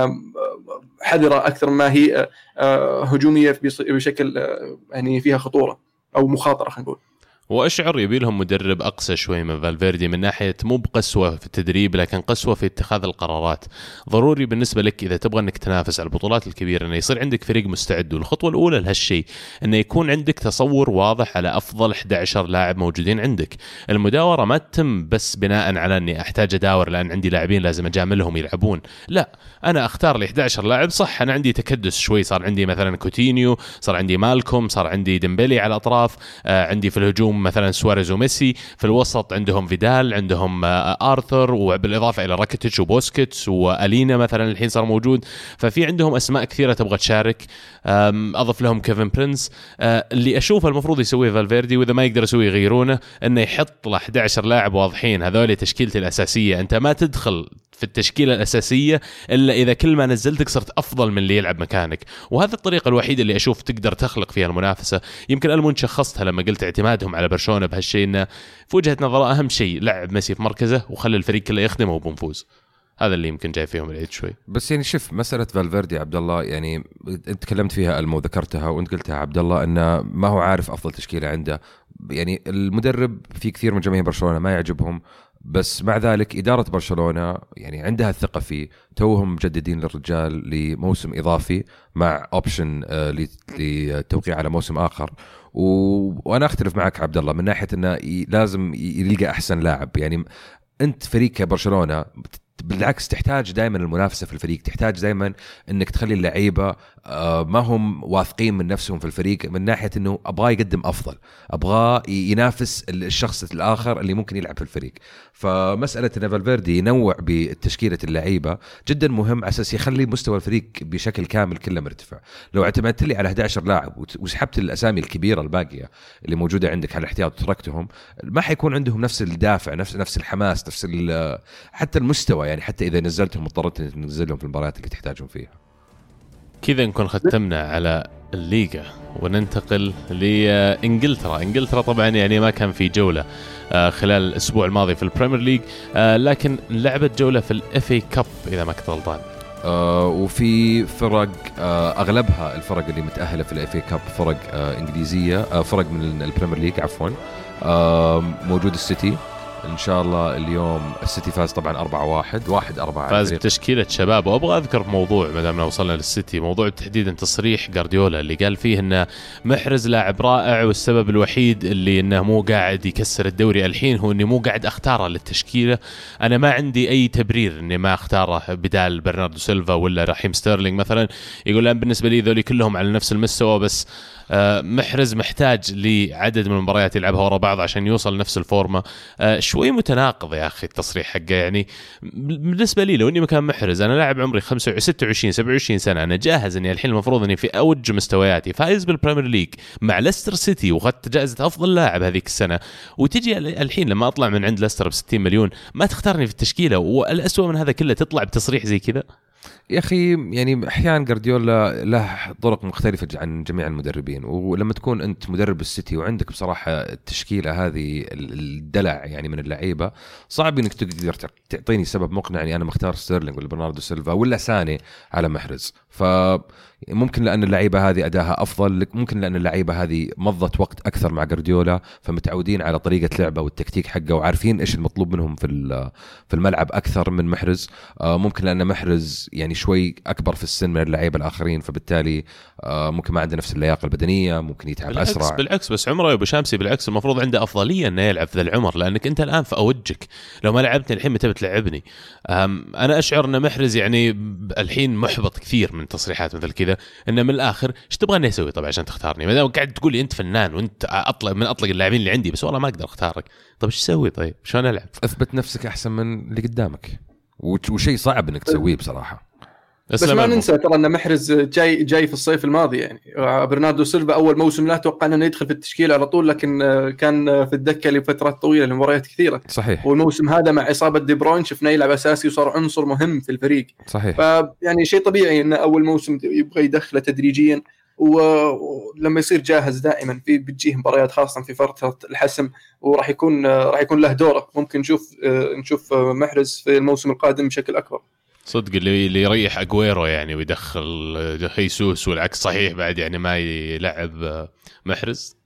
حذره اكثر ما هي هجوميه بشكل يعني فيها خطوره او مخاطره خلينا نقول. وأشعر يبي لهم مدرب أقسى شوي من فالفيردي، من ناحية مو بقسوة في التدريب لكن قسوة في اتخاذ القرارات. ضروري بالنسبة لك إذا تبغى أنك تنافس على البطولات الكبيرة أنه يصير عندك فريق مستعد، والخطوة الأولى لهالشيء أنه يكون عندك تصور واضح على أفضل أحد عشر لاعب موجودين عندك. المداورة ما تتم بس بناء على أني أحتاج أداور لأن عندي لاعبين لازم أجاملهم يلعبون، لا، أنا أختار لي أحد عشر لاعب. صح أنا عندي تكدس شوي، صار عندي مثلا كوتينيو، صار عندي مالكوم، صار عندي ديمبلي على الأطراف، آه عندي في الهجوم مثلا سواريز وميسي، في الوسط عندهم فيدال، عندهم آرثر، وبالإضافة إلى راكيتيتش وبوسكيتس وألينا مثلا الحين صار موجود. ففي عندهم أسماء كثيرة تبغى تشارك. أضف لهم كيفن برينس. اللي أشوفه المفروض يسويه فالفيردي، وإذا ما يقدر يسويه يغيرونه، إنه يحط له أحد عشر لاعب واضحين، هذول تشكيلتي الأساسية. أنت ما تدخل في التشكيلة الأساسية إلا إذا كل ما نزلتك صرت أفضل من اللي يلعب مكانك. وهذه الطريقة الوحيدة اللي أشوف تقدر تخلق فيها المنافسة. يمكن ألمون شخصتها لما قلت اعتمادهم على برشلونة بهالشيء، إنه في وجهة نظر أهم شيء لعب ميسي في مركزه وخلي الفريق كله يخدمه وبنفوز. هذا اللي يمكن جاي فيهم العيد شوي. بس يعني شوف مسألة فالفيردي عبد الله، يعني أنت تكلمت فيها المو ذكرتها وأنت قلتها عبد الله أنه ما هو عارف أفضل تشكيلة عنده. يعني المدرب في كثير من جماهير برشلونة ما يعجبهم، بس مع ذلك إدارة برشلونة يعني عندها الثقة فيه. توهم مجددين للرجال لموسم إضافي مع أوبشن للتوقيع على موسم آخر. و... وأنا أختلف معك عبد الله من ناحية أنه لازم يلقى أحسن لاعب. يعني أنت فريق كبرشلونة بالعكس تحتاج دائما المنافسة في الفريق، تحتاج دائما انك تخلي اللعيبة ما هم واثقين من نفسهم في الفريق، من ناحية انه ابغاه يقدم افضل، ابغاه ينافس الشخص الاخر اللي ممكن يلعب في الفريق. فمسألة ان فالفيردي ينوع بتشكيلة اللعيبة جدا مهم، اساس يخلي مستوى الفريق بشكل كامل كله مرتفع. لو اعتمدت لي على أحد عشر لاعب وسحبت الاسامي الكبيرة الباقية اللي موجودة عندك على الاحتياط وتركتهم، ما حيكون عندهم نفس الدافع، نفس نفس الحماس، نفس حتى المستوى. يعني حتى إذا نزلتهم اضطريت تنزلهم في المباريات اللي تحتاجهم فيها. كذا نكون ختمنا على الليغا وننتقل لإنجلترا. إنجلترا طبعا يعني ما كان في جولة خلال الأسبوع الماضي في البريمير ليج، لكن لعبت جولة في الإف إي كاب إذا ما كنت غلطان. آه وفي فرق آه أغلبها الفرق اللي متأهلة في الإف إيه كاب فرق آه إنجليزية، آه فرق من البريمير ليج عفوا. آه موجود السيتي إن شاء الله اليوم. السيتي فاز طبعا أربعة واحد واحد أربعة فاز بتشكيلة شباب. وأبغى أذكر موضوع ما دامنا وصلنا للسيتي، موضوع تحديدا تصريح غارديولا اللي قال فيه إنه محرز لاعب رائع، والسبب الوحيد اللي إنه مو قاعد يكسر الدوري الحين هو إني مو قاعد أختاره للتشكيلة. أنا ما عندي أي تبرير إني ما أختاره بدال برناردو سيلفا ولا رحيم ستيرلينج مثلا. يقول أنا بالنسبة لي ذولي كلهم على نفس المستوى، بس محرز محتاج لعدد من المباريات يلعبها ورا بعض عشان يوصل نفس الفورمة. شوي متناقض يا أخي التصريح حقه. يعني بالنسبة لي لو إني مكان محرز، أنا لاعب عمري خمسة ستة وعشرين سبعة وعشرين سنة، أنا جاهز إني الحين المفروض إني في أوج مستوياتي، فايز بالبريمير ليج مع ليستر سيتي وخدت جائزة أفضل لاعب هذيك السنة، وتجي الحين لما أطلع من عند ليستر بستين مليون ما تختارني في التشكيلة، والأسوأ من هذا كله تطلع بتصريح زي كذا. يا أخي يعني أحيانا غارديولا له طرق مختلفة عن جميع المدربين، ولما تكون أنت مدرب السيتي وعندك بصراحة التشكيلة هذه الدلع يعني من اللعيبة، صعب إنك تقدر تعطيني سبب مقنع يعني أنا مختار ستيرلينج ولا برناردو سيلفا ولا ساني على محرز. فممكن لأن اللعيبة هذه أداها أفضل، ممكن لأن اللعيبة هذه مضت وقت أكثر مع غارديولا فمتعودين على طريقة لعبه والتكتيك حقه وعارفين إيش المطلوب منهم في في الملعب أكثر من محرز. ممكن لأن محرز يعني شوي أكبر في السن من اللعيبة الآخرين، فبالتالي ممكن ما عنده نفس اللياقة البدنية، ممكن يتعب بالعكس أسرع. بالعكس بس عمره يا أبو شامسي بالعكس المفروض عنده أفضلية إنه يلعب في ذا العمر، لأنك أنت الآن في أوجك. لو ما لعبتني الحين متى بتلعبني؟ أنا أشعر أن محرز يعني الحين محبط كثير من تصريحات مثل كذا، إنه من الآخر إيش تبغاني أسوي طبعا عشان تختارني؟ ما دام قاعد تقول لي أنت فنان وأنت أطلق من أطلق اللاعبين اللي عندي، بس والله ما أقدر أختارك. طب إيش أسوي؟ طيب شلون ألعب؟ أثبت نفسك أحسن من اللي قدامك، وشيء صعب إنك تسويه بصراحة. بس ما ننسى ترى ان محرز جاي جاي في الصيف الماضي. يعني برناردو سيلفا اول موسم لا توقعنا انه يدخل في التشكيل على طول، لكن كان في الدكه لفترات طويله لمباريات كثيره. صحيح. والموسم هذا مع اصابه دي بروين شفناه يلعب اساسي وصار عنصر مهم في الفريق. صحيح. فيعني شيء طبيعي ان اول موسم يبغى يدخله تدريجيا، ولما يصير جاهز دائما في بتجيه مباريات خاصه في فتره الحسم، وراح يكون راح يكون له دوره. ممكن نشوف نشوف محرز في الموسم القادم بشكل اكبر. صدق اللي اللي يريح أجويرو يعني ويدخل هيسوس والعكس صحيح بعد، يعني ما يلعب محرز.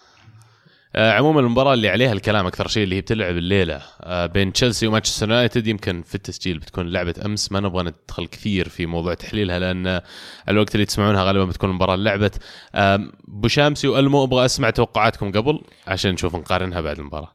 عموما المباراة اللي عليها الكلام أكثر شيء اللي هي بتلعب الليلة بين تشيلسي ومانشستر يونايتد، يمكن في التسجيل بتكون لعبة أمس، ما نبغى ندخل كثير في موضوع تحليلها لأن الوقت اللي تسمعونها غالبا بتكون المباراة لعبت. بوشامسي وألمو أبغى أسمع توقعاتكم قبل عشان نشوف نقارنها بعد المباراة.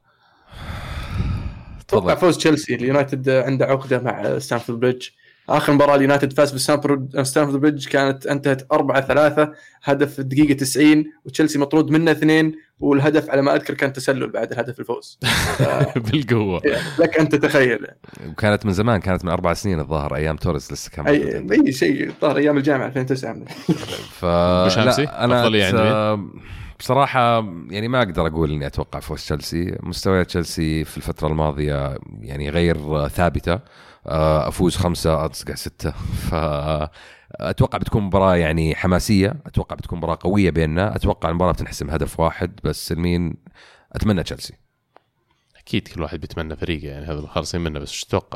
توقع فوز تشيلسي. اليونايتد عنده عقدة مع ستانفورد بريدج. آخر مباراة اليونايتد فاز بستانفورد بريدج كانت انتهت أربعة ثلاثة، هدف الدقيقة تسعين، وتشيلسي مطرود منه اثنين، والهدف على ما أذكر كان تسلل بعد الهدف الفوز. بالقوة لك أن تتخيل. وكانت من زمان، كانت من أربع سنين الظاهر، أيام توريس لسه كان أي, أي شيء طار أيام الجامعة ألفين وتسعة. بوشامسي أفضل يعني بصراحة يعني ما أقدر أقول إني أتوقع فوز تشيلسي. مستويات تشيلسي في الفترة الماضية يعني غير ثابتة. أفوز خمسة أصقع ستة، فأتوقع بتكون مباراة يعني حماسية، أتوقع بتكون مباراة قوية بيننا، أتوقع المباراة بتنحسم هدف واحد بس. المين أتمنى تشيلسي. أكيد كل واحد بيتمنى فريقه، يعني هذا خالصين منه، بس شو تتوقع؟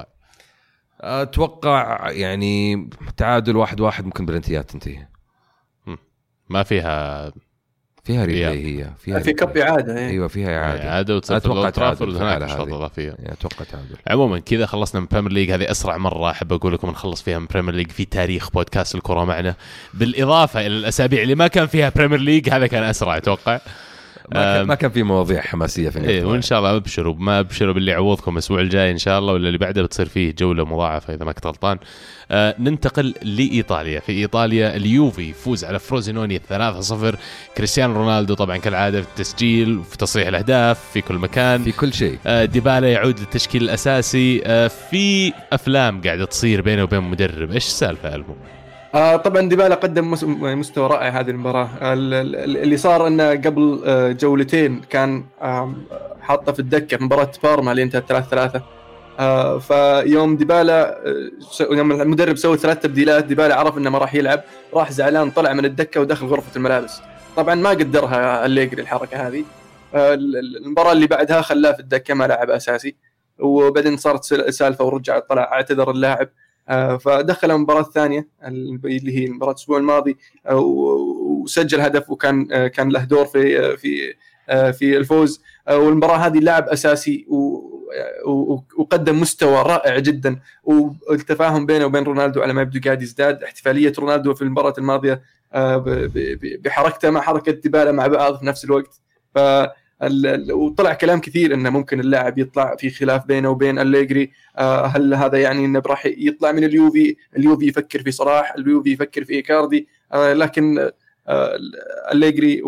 أتوقع يعني تعادل واحد واحد، ممكن بلنتيات تنتهي. ما فيها فيها ريبلاي، هي فيها في كب إعادة. ايوه فيها إعادة. إعادة وتصير ترافورد هناك أشواط إضافية. أتوقع تعادل. عموما كذا خلصنا من بريمير ليج. هذه أسرع مرة أحب أقول لكم نخلص فيها من بريمير ليج في تاريخ بودكاست الكرة معنا، بالإضافة إلى الأسابيع اللي ما كان فيها بريمير ليج. هذا كان أسرع أتوقع. ما, ما كان في مواضيع حماسية في إيه، وإن شاء الله أبشروا ما أبشروا باللي يعوضكم الأسبوع الجاي إن شاء الله، ولا اللي بعده بتصير فيه جولة مضاعفة إذا ما كنت غلطان. آه ننتقل لإيطاليا. في إيطاليا اليوفي يفوز على فروزينوني ثلاثة صفر. كريستيانو رونالدو طبعا كالعادة في التسجيل وفي تصريح الأهداف في كل مكان، في كل شيء. آه ديبالا يعود للتشكيل الأساسي. آه في أفلام قاعدة تصير بينه وبين مدرب. إيش السالفة ألمو؟ آه طبعا ديبالا قدم مستوى رائع هذه المباراة. اللي صار انه قبل جولتين كان حاطه في الدكة في مباراة بارما اللي انتهت ثلاثة ثلاثة. آه فيوم ديبالا يوم المدرب سوى ثلاث تبديلات، ديبالا عرف انه ما راح يلعب، راح زعلان طلع من الدكة ودخل غرفة الملابس. طبعا ما قدرها أليجري الحركة هذه. آه المباراة اللي بعدها خلاه في الدكة ما لعب أساسي، وبعدين صارت سالفة ورجع طلع اعتذر اللاعب. فدخل المباراة الثانية اللي هي المباراة الأسبوع الماضي وسجل هدف وكان كان له دور في في في الفوز. والمباراة هذه لاعب أساسي وقدم مستوى رائع جدا، والتفاهم بينه وبين رونالدو على ما يبدو قاعد يزداد. احتفالية رونالدو في المباراة الماضية بحركته مع حركة ديبالا مع بعض في نفس الوقت. ف وطلع كلام كثير انه ممكن اللاعب يطلع في خلاف بينه وبين أليجري. هل هذا يعني انه راح يطلع من اليوفي؟ اليوفي يفكر في صلاح، اليوفي يفكر في إيكاردي، لكن أليجري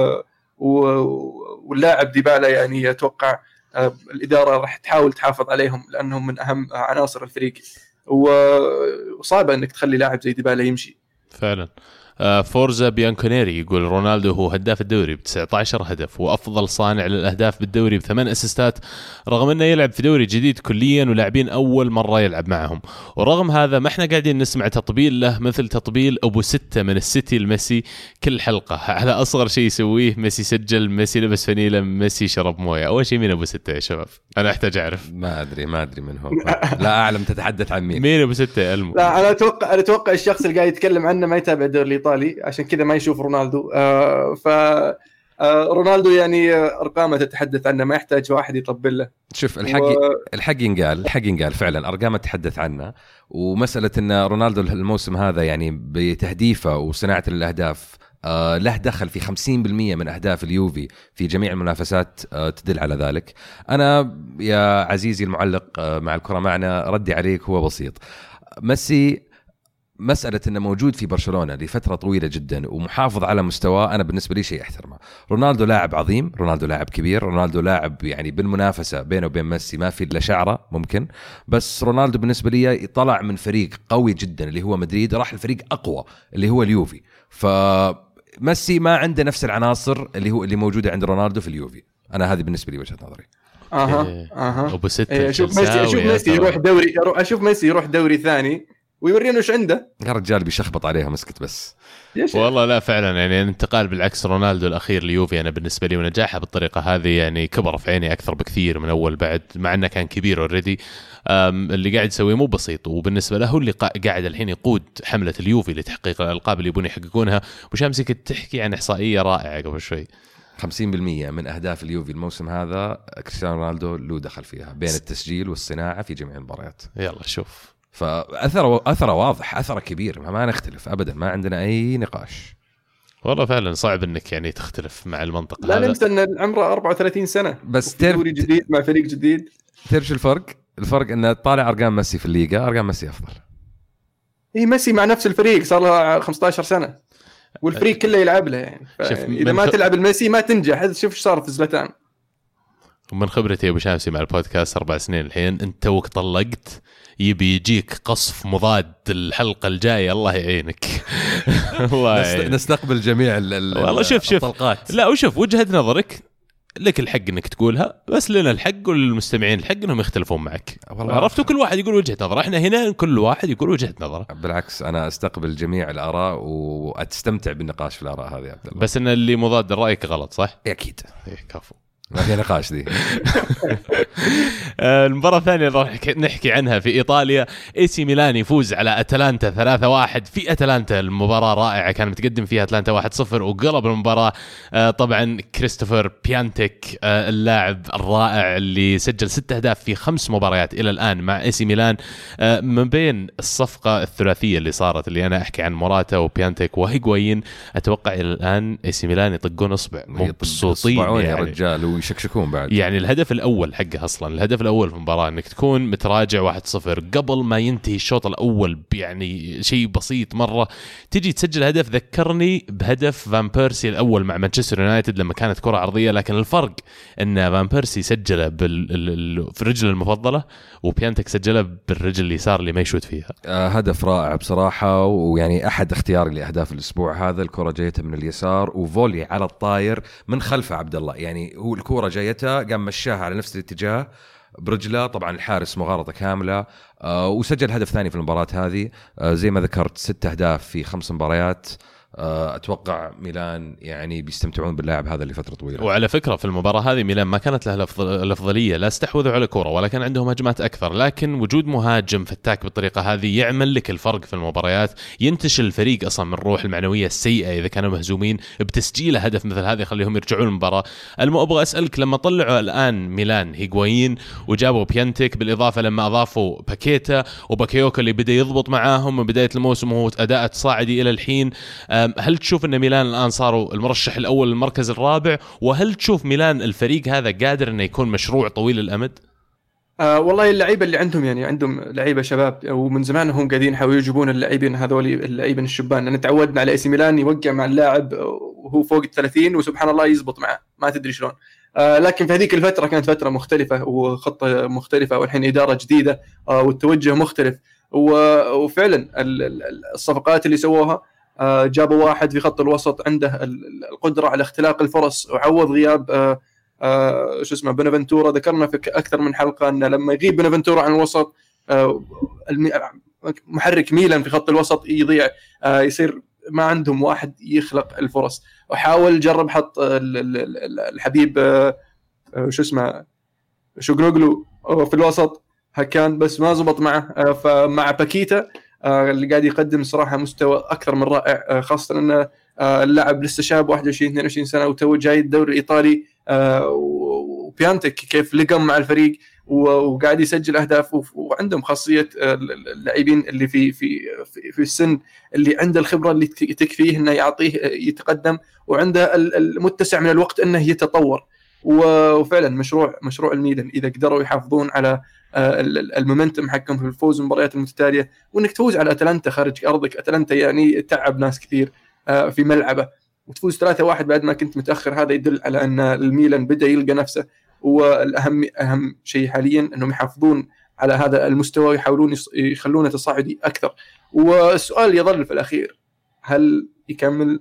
واللاعب ديبالا يعني اتوقع الاداره راح تحاول تحافظ عليهم لانهم من اهم عناصر الفريق، وصعبه انك تخلي لاعب زي ديبالا يمشي فعلا. فورزا بيانكونيري يقول رونالدو هو هداف الدوري ب تسعة عشر هدف وأفضل صانع للأهداف بالدوري بثمان أسيستات، رغم أنه يلعب في دوري جديد كليا ولاعبين أول مرة يلعب معهم. ورغم هذا ما احنا قاعدين نسمع تطبيل له مثل تطبيل أبو ستة من السيتي الميسي كل حلقة على أصغر شيء يسويه. ميسي سجل، ميسي لبس فنيلة، ميسي شرب موية. أول شيء مين أبو ستة يا شباب؟ أنا أحتاج أعرف. ما أدري ما أدري من هو لا أعلم تتحدث عن مين. مين أبو ستة يا ألمو؟ لا أنا أتوقع أنا أتوقع الشخص اللي قاعد يتكلم عنه ما يتابع الدوري الإيطالي عشان كذا ما يشوف رونالدو. آه ف آه رونالدو يعني أرقامه تتحدث عنه، ما يحتاج واحد يطبل له. شوف الحق و... الحق ينقال الحق ينقال فعلا أرقامه تتحدث عنه. ومسألة أن رونالدو الموسم هذا يعني بتهديفه وصناعة الأهداف آه له دخل في خمسين بالمئة من أهداف اليوفي في جميع المنافسات آه تدل على ذلك. أنا يا عزيزي المعلق آه مع الكرة معنا ردي عليك هو بسيط. ميسي مسألة أنه موجود في برشلونة لفترة طويلة جدا ومحافظ على مستواه، أنا بالنسبة لي شيء أحترمه. رونالدو لاعب عظيم، رونالدو لاعب كبير، رونالدو لاعب يعني بالمنافسة بينه وبين ميسي ما في إلا شعره ممكن. بس رونالدو بالنسبة لي طلع من فريق قوي جدا اللي هو مدريد، راح الفريق أقوى اللي هو اليوفي. فميسي ما عنده نفس العناصر اللي هو اللي موجودة عند رونالدو في اليوفي. أنا هذه بالنسبة لي وجهة نظري. أها أها. أبو ستة. إيه شوف ميسي شوف ميسي يروح دوري، أشوف ميسي يروح دوري ثاني ويورينا ايش عنده. يا رجال بيشخبط عليها مسكت بس. والله لا فعلا يعني انتقال بالعكس رونالدو الاخير ليوفي انا بالنسبه لي ونجاحه بالطريقه هذه يعني كبر في عيني اكثر بكثير من اول بعد، مع انه كان كبير اوريدي. اللي قاعد يسويه مو بسيط، وبالنسبه له اللي قاعد الحين يقود حمله اليوفي لتحقيق الالقاب اللي يبون يحققونها. وشامسي كنت تحكي عن احصائيه رائعه قبل شوي، خمسين بالمئة من أهداف اليوفي الموسم هذا كريستيانو رونالدو له دخل فيها بين التسجيل والصناعه في جميع المباريات. يلا شوف فأثره أثره واضح، أثره كبير، ما نختلف أبدا، ما عندنا أي نقاش. والله فعلا صعب إنك يعني تختلف مع المنطقة. لا ننسى إن عمره أربعة وثلاثين سنة بس دوري جديد مع فريق جديد. ترش الفرق الفرق إنه طالع أرقام ميسي في الليغا، أرقام ميسي أفضل. إيه ميسي مع نفس الفريق صار له خمسة عشر سنة والفريق كله يلعب له يعني, يعني إذا ما خ... تلعب الميسي ما تنجح. شوف إيش صار في زلاتان. ومن خبرتي أبو شامسي مع البودكاست أربع سنين الحين، أنت وقت طلقت يبي يجيك قصف مضاد الحلقة الجاية الله يعينك. الله يعينك. نستقبل جميع والله شوف شوف الطلقات. لا وشوف وجهة نظرك لك الحق انك تقولها، بس لنا الحق وللمستمعين الحق انهم يختلفون معك. عرفتوا كل واحد يقول وجهة نظره، احنا هنا كل واحد يقول وجهة نظره. بالعكس انا استقبل جميع الاراء واتستمتع بالنقاش في الاراء هذه يا عبد الله. بس ان اللي مضاد لرايك غلط صح؟ اكيد. إيه كفو ما في نقاش دي. المباراة الثانية راح نحكي عنها في إيطاليا. إي سي ميلان يفوز على أتلانتا ثلاثة واحد في أتلانتا. المباراة رائعة، كان متقدم فيها أتلانتا واحد صفر وقلب المباراة. طبعا كريستوفر بيانتيك اللاعب الرائع اللي سجل ستة أهداف في خمس مباريات إلى الآن مع إي سي ميلان. من بين الصفقة الثلاثية اللي صارت اللي أنا أحكي عن موراتا وبيانتيك وهيغوايين، أتوقع إلى الآن إي سي ميلان يطقون إصبع مبسوطين يعني يا رجال ويشكشكون بعد. يعني الهدف الأول حقه أصلا الهدف الأول في المباراة إنك تكون متراجع واحد صفر قبل ما ينتهي الشوط الأول يعني شيء بسيط مرة، تجي تسجل هدف. ذكرني بهدف فان بيرسي الأول مع مانشستر يونايتد لما كانت كرة عرضية، لكن الفرق إن فان بيرسي سجله بال... في الرجل المفضلة وبيانتك سجله بالرجل اليسار اللي ما يشوت فيها. آه هدف رائع بصراحة، ويعني أحد اختياري لأهداف الأسبوع هذا. الكرة جايته من اليسار وفولي على الطاير من خلفه عبد الله، يعني هو الكرة جايته قام مشاها على نفس الاتجاه برجله. طبعا الحارس مغالطة كاملة. آه وسجل هدف ثاني في المباراة هذه. آه زي ما ذكرت ست أهداف في خمس مباريات. أتوقع ميلان يعني بيستمتعون باللاعب هذا لفترة طويلة. وعلى فكرة في المباراة هذه ميلان ما كانت له الأفضلية، لا استحوذوا على كرة ولا كان عندهم هجمات أكثر، لكن وجود مهاجم فتاك بالطريقة هذه يعمل لك الفرق في المباريات. ينتشل الفريق أصلا من الروح المعنوية السيئة إذا كانوا مهزومين بتسجيل هدف مثل هذا يخليهم يرجعون المباراة. المو أبغى أسألك، لما طلعوا الآن ميلان هيغوايين وجابوا بيانتيك، بالإضافة لما أضافوا باكيتا وباكيوكا اللي بدأ يضبط معاهم من بداية الموسم وهو أداء تصاعدي إلى الحين، هل تشوف أن ميلان الآن صاروا المرشح الأول للمركز الرابع؟ وهل تشوف ميلان الفريق هذا قادر أنه يكون مشروع طويل الأمد؟ آه والله اللعيبة اللي عندهم يعني عندهم لعيبة شباب، ومن زمان هم قاعدين يحاولوا يجيبون اللاعبين هذول اللاعبين الشبان. أنا تعودنا على إيسي ميلان يوقع مع اللاعب وهو فوق الثلاثين وسبحان الله يزبط معه، ما تدري شلون. آه لكن في هذيك الفترة كانت فترة مختلفة وخطة مختلفة، والحين إدارة جديدة آه والتوجه مختلف، وفعلا الصفقات اللي سووها آه جابوا واحد في خط الوسط عنده القدرة على اختلاق الفرص وعوض غياب آه آه شو اسمه بنافنتورا. ذكرنا في أكثر من حلقة أن لما يغيب بنافنتورا عن الوسط آه محرك ميلان في خط الوسط يضيع، آه يصير ما عندهم واحد يخلق الفرص. وحاول جرب حط الحبيب آه شو اسمه شوغنوغلو في الوسط كان بس ما زبط معه. آه فمع باكيتا آه اللي قاعد يقدم صراحة مستوى أكثر من رائع، آه خاصة أن آه اللاعب لسه شاب واحد وعشرين اثنين وعشرين سنة وتو جاي الدوري الإيطالي، آه وبيانتك كيف لقم مع الفريق وقاعد يسجل أهداف، وعندهم خاصية اللاعبين اللي في في في السن اللي عنده الخبرة اللي تكفيه إنه يعطيه يتقدم، وعنده المتسع من الوقت إنه يتطور. وفعلا مشروع مشروع الميلان إذا قدروا يحافظون على المومنتم حقهم في الفوز المباريات المتتالية، وإنك تفوز على أتلانتا خارج أرضك. أتلانتا يعني تعب ناس كثير في ملعبه، وتفوز ثلاثة واحد بعد ما كنت متأخر، هذا يدل على أن الميلان بدأ يلقى نفسه. والأهم أهم شيء حاليا أنهم يحافظون على هذا المستوى ويحاولون يخلونه تصاعدي أكثر. والسؤال يظل في الأخير، هل يكمل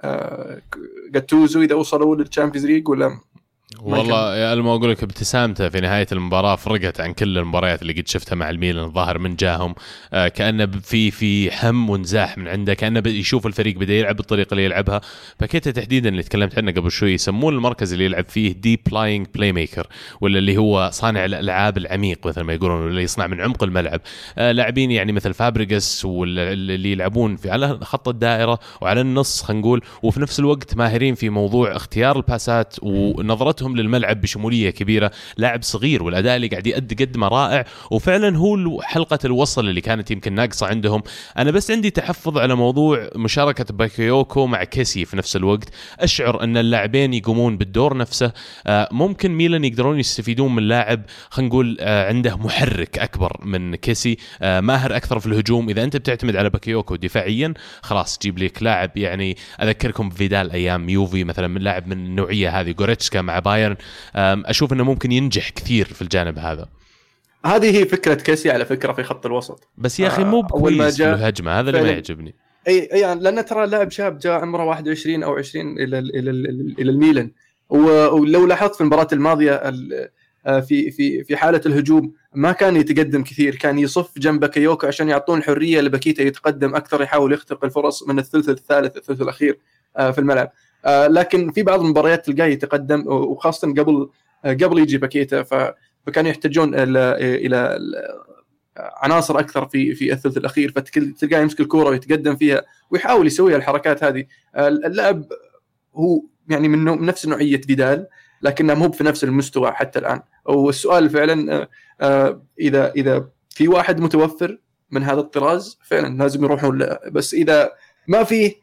جاتوزو إذا وصلوا للتشامبيونز ليج ولا؟ والله يا ألمو أقول لك ابتسامته في نهاية المباراة فرقت عن كل المباريات اللي قد شفتها مع الميلان. الظاهر من جاهم آه كأنه في في هم ونزاح من عنده، كأنه يشوف الفريق بدأ يلعب بالطريقة اللي يلعبها. باكيتا تحديدا اللي تكلمت عنه قبل شوي يسمون المركز اللي يلعب فيه ديب لاينج بلاي ميكر، ولا اللي هو صانع الألعاب العميق مثل ما يقولون، اللي يصنع من عمق الملعب. آه لاعبين يعني مثل فابريغاس واللي يلعبون في على خط الدائرة وعلى النص خلينا نقول، وفي نفس الوقت ماهرين في موضوع اختيار الباسات ونظرتهم للملعب بشمولية كبيرة. لاعب صغير والأداء اللي قاعد يقدم قدمه رائع، وفعلا هو حلقة الوصل اللي كانت يمكن ناقصة عندهم. أنا بس عندي تحفظ على موضوع مشاركة باكيوكو مع كيسي في نفس الوقت. أشعر أن اللاعبين يقومون بالدور نفسه. ممكن ميلان يقدرون يستفيدون من لاعب خلينا نقول عنده محرك أكبر من كيسي، ماهر أكثر في الهجوم. إذا أنت بتعتمد على باكيوكو دفاعيا خلاص جيب لك لاعب، يعني أذكركم بفيدال أيام يوفي مثلا، من لاعب من النوعية هذه، غوريتسكا مع بايرن. أشوف أنه ممكن ينجح كثير في الجانب هذا. هذه هي فكرة كيسي على فكرة في خط الوسط، بس يا أخي مو بكويس في الهجمة، هذا اللي ما يعجبني. أي أي لأن ترى لاعب شاب جاء عمره واحد وعشرين أو عشرين إلى إلى إلى الميلان، ولو لاحظت في المباراة الماضية في في في حالة الهجوم ما كان يتقدم كثير، كان يصف جنب باكيوكو عشان يعطون الحرية لباكيتا يتقدم أكثر، يحاول يخترق الفرص من الثلث الثالث الثلث الأخير في الملعب. لكن في بعض المباريات تلقاه يتقدم، وخاصة قبل قبل يجي باكيتا، فكانوا يحتاجون إلى إلى عناصر أكثر في في الثلث الأخير، فتلقاه يمسك الكرة ويتقدم فيها ويحاول يسوي الحركات هذه. اللاعب هو يعني من نفس نوعية فيدال، لكنه مو في نفس المستوى حتى الآن. والسؤال فعلا إذا إذا في واحد متوفر من هذا الطراز فعلا لازم يروحون له، بس إذا ما فيه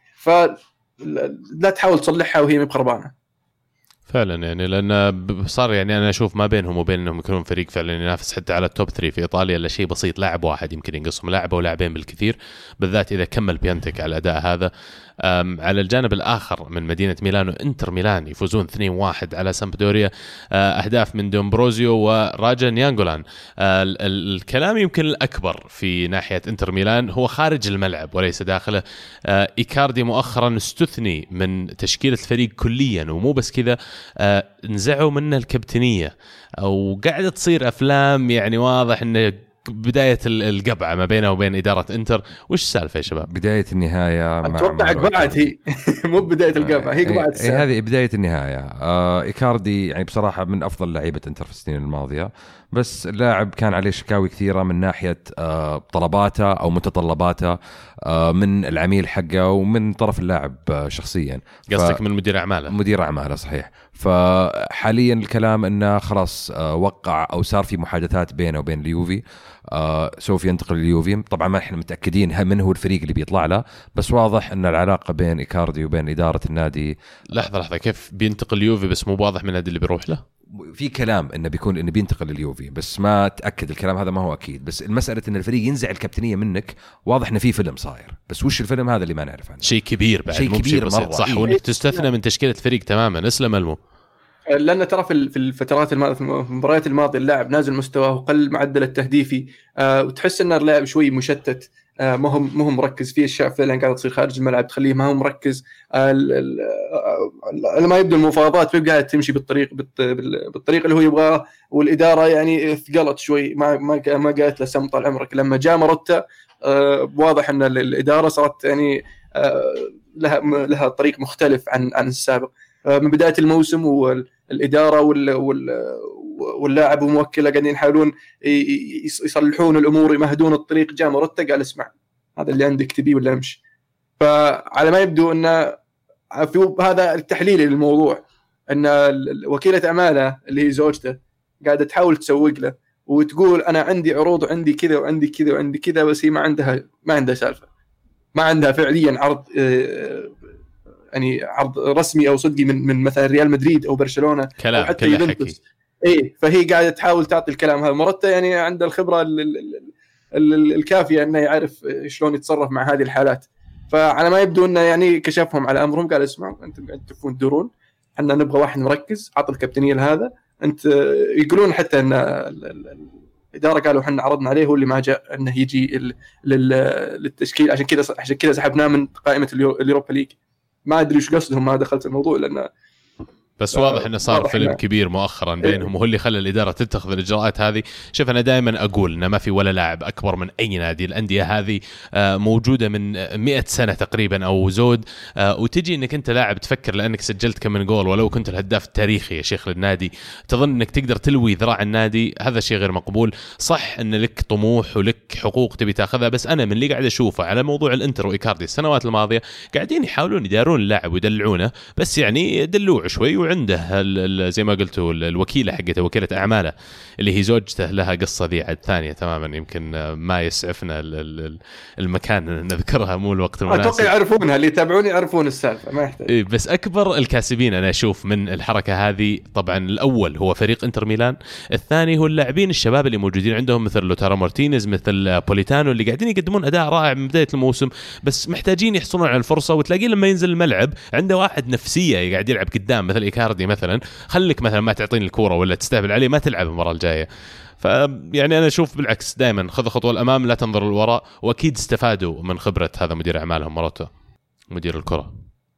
فلا تحاول تصلحها وهي مخربانة فعلا. يعني لأن صار يعني أنا أشوف ما بينهم وبين أنهم يكونون فريق فعلا ينافس حتى على التوب ثري في إيطاليا إلا شيء بسيط، لاعب واحد يمكن ينقصهم، لاعب أو لاعبين بالكثير، بالذات إذا كمل بيانتك على الأداء هذا. على الجانب الآخر من مدينة ميلانو، إنتر ميلان يفوزون اثنين واحد على سامبدوريا، أهداف من دومبروزيو وراجا نيانغولان. الكلام يمكن الأكبر في ناحية إنتر ميلان هو خارج الملعب وليس داخله. إيكاردي مؤخرا استثني من تشكيلة الفريق كليا، ومو بس كذا نزعوا منه الكابتنية، أو قاعدة تصير أفلام يعني واضح أنه بدايه القبعه ما بينه وبين اداره انتر، وش السالفه يا شباب؟ بداية النهاية. اتوقع قبعت هي مو بداية القبعة، هي قبعت. هي هذه بداية النهاية. آه إيكاردي يعني بصراحة من أفضل لاعيبة انتر في السنين الماضية، بس اللاعب كان عليه شكاوي كثيرة من ناحية آه طلباته أو متطلباته آه من العميل حقه ومن طرف اللاعب آه شخصيا. قصدك من مدير أعماله؟ مدير أعماله صحيح. فحاليا الكلام أنه خلاص آه وقع أو صار في محادثات بينه وبين اليوفي، آه سوف ينتقل لليوفي. طبعا ما احنا متأكدين من هو الفريق اللي بيطلع له، بس واضح أن العلاقة بين إيكاردي وبين إدارة النادي. لحظة لحظة، كيف بينتقل اليوفي بس مو واضح من النادي اللي بيروح له؟ في كلام انه بيكون انه بينتقل لليوفي، بس ما تاكد الكلام هذا، ما هو اكيد. بس المساله ان الفريق ينزع الكابتنيه منك، واضح انه في فيلم صاير، بس وش الفيلم هذا اللي ما نعرف عنه. شيء كبير بعد، شيء كبير مرة. صح. إيه؟ وانك تستثنى من تشكيله فريق تماما. اسلم المو، لأن ترى في الفترات الماضية، في المباريات الماضية اللاعب نازل مستواه وقل معدل التهديفي، آه وتحس ان اللاعب شوي مشتت، آه ما هم ما هم مركز في اشياء فعلا قاعده تصير خارج الملعب تخليه ما هو مركز. آه لما يبدو المفاوضات بيبقى تمشي بالطريق بالطريق اللي هو يبغاه، والاداره يعني ثقلت شوي، ما ما ما قالت له سم طال عمرك. لما جاء مروتا آه واضح ان الاداره صارت يعني آه لها لها طريق مختلف عن عن السابق. من بداية الموسم والإدارة واللاعب وموكله قاعدين يحاولون يصلحون الأمور، يمهدون الطريق. جاء مروتا قال اسمع هذا اللي عندك تبيه ولا امشي. فعلى ما يبدو أن في هذا التحليل للموضوع، أن وكيلة أعماله اللي هي زوجته قاعدة تحاول تسوق له وتقول أنا عندي عروض وعندي كذا وعندي كذا وعندي كذا، بس هي ما عندها ما عندها سالفة، ما عندها فعليا عرض يعني عرض رسمي او صدقي من من مثلا ريال مدريد او برشلونه كلام او حتى يوفنتوس. اي فهي قاعده تحاول تعطي الكلام هذا. مروتا يعني عنده الخبره ال ال ال الكافيه انه يعرف شلون يتصرف مع هذه الحالات. فعلى ما يبدو انه يعني كشفهم على امرهم، قال اسمعوا انتم قاعدين تلفون تدورون، احنا نبغى واحد مركز، عطى الكابتنيه لهذا. انت يقولون حتى ان الاداره قالوا احنا عرضنا عليه، هو اللي ما جاء انه يجي للتشكيل، عشان كذا عشان كذا سحبناه من قائمه اليوروبا ليج. ما ادري ايش قصدهم، ما دخلت الموضوع لان بس واضح انه صار فيلم كبير مؤخرا بينهم، وهو اللي خلى الاداره تتخذ الاجراءات هذه. شوف انا دائما اقول انه ما في ولا لاعب اكبر من اي نادي. الانديه هذه موجوده من مئة سنه تقريبا او زود، وتجي انك انت لاعب تفكر لانك سجلت كم من جول ولو كنت الهداف التاريخي يا شيخ للنادي، تظن انك تقدر تلوي ذراع النادي. هذا شيء غير مقبول. صح ان لك طموح ولك حقوق تبي تاخذها، بس انا من اللي قاعد اشوفه على موضوع الانتر وايكاردي السنوات الماضيه قاعدين يحاولون يدارون اللاعب ويدلعونه، بس يعني دلوع شوي. وعنده زي ما قلتوا الوكيله حقته وكيله اعماله اللي هي زوجته لها قصه ذي عاد ثانيه تماما، يمكن ما يسعفنا المكان نذكرها، مو الوقت المناسب. اتوقع يعرفونها، اللي يتابعون يعرفون السالفه، ما يحتاج. بس اكبر الكاسبين انا اشوف من الحركه هذه طبعا الاول هو فريق انتر ميلان، الثاني هو اللاعبين الشباب اللي موجودين عندهم مثل لوتارو مارتينيز مثل بوليتانو اللي قاعدين يقدمون اداء رائع من بدايه الموسم، بس محتاجين يحصلون على الفرصه. وتلاقيه لما ينزل الملعب عنده واحد نفسيه قاعد يلعب قدام مثل إيكاردي مثلا، خليك مثلا ما تعطيني الكوره ولا تستهبل عليه ما تلعب المباراه الجايه. فيعني انا اشوف بالعكس دائما خذ خطوه الامام لا تنظر للوراء، واكيد استفادوا من خبره هذا مدير اعمالهم مروتا مدير الكره.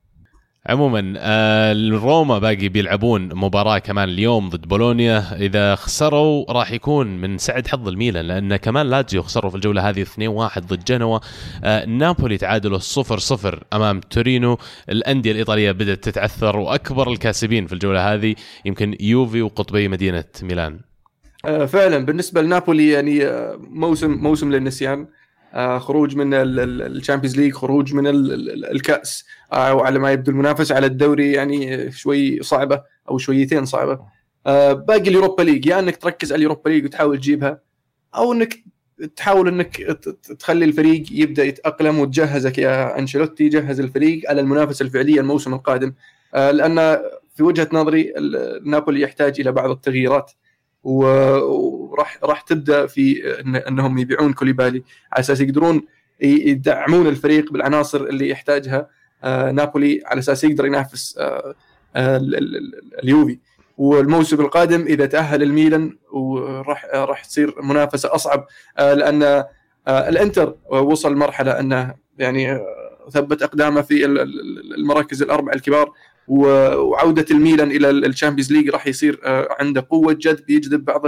عموما الروما باقي بيلعبون مباراة كمان اليوم ضد بولونيا، إذا خسروا راح يكون من سعد حظ الميلان، لأن كمان لاتزيو خسروا في الجولة هذه اثنين واحد ضد جنوا. نابولي تعادلوا صفر صفر أمام تورينو. الأندية الإيطالية بدأت تتعثر، وأكبر الكاسبين في الجولة هذه يمكن يوفي وقطبي مدينة ميلان. فعلا بالنسبة لنابولي يعني موسم موسم للنسيان، خروج من الشامبيونز ليج، خروج من الكأس، وعلى ما يبدو المنافسة على الدوري يعني شوي صعبة أو شويتين صعبة. باقي اليوروبا ليج، يا يعني أنك تركز على اليوروبا ليج وتحاول تجيبها، أو أنك تحاول أنك تخلي الفريق يبدأ يتأقلم وتجهزك يا أنشيلوتي، جهز الفريق على المنافسة الفعلية الموسم القادم. لأن في وجهة نظري نابولي يحتاج إلى بعض التغييرات، وراح راح تبدا في إن انهم يبيعون كوليبالي على اساس يقدرون يدعمون الفريق بالعناصر اللي يحتاجها نابولي على اساس يقدر ينافس اليوفي. والموسم القادم اذا تاهل الميلان وراح راح تصير منافسه اصعب، لان الانتر وصل مرحله انه يعني ثبت اقدامه في المراكز الاربعه الكبار، وعودة الميلان إلى الشامبيونز ليج راح يصير عنده قوة جذب، يجذب بعض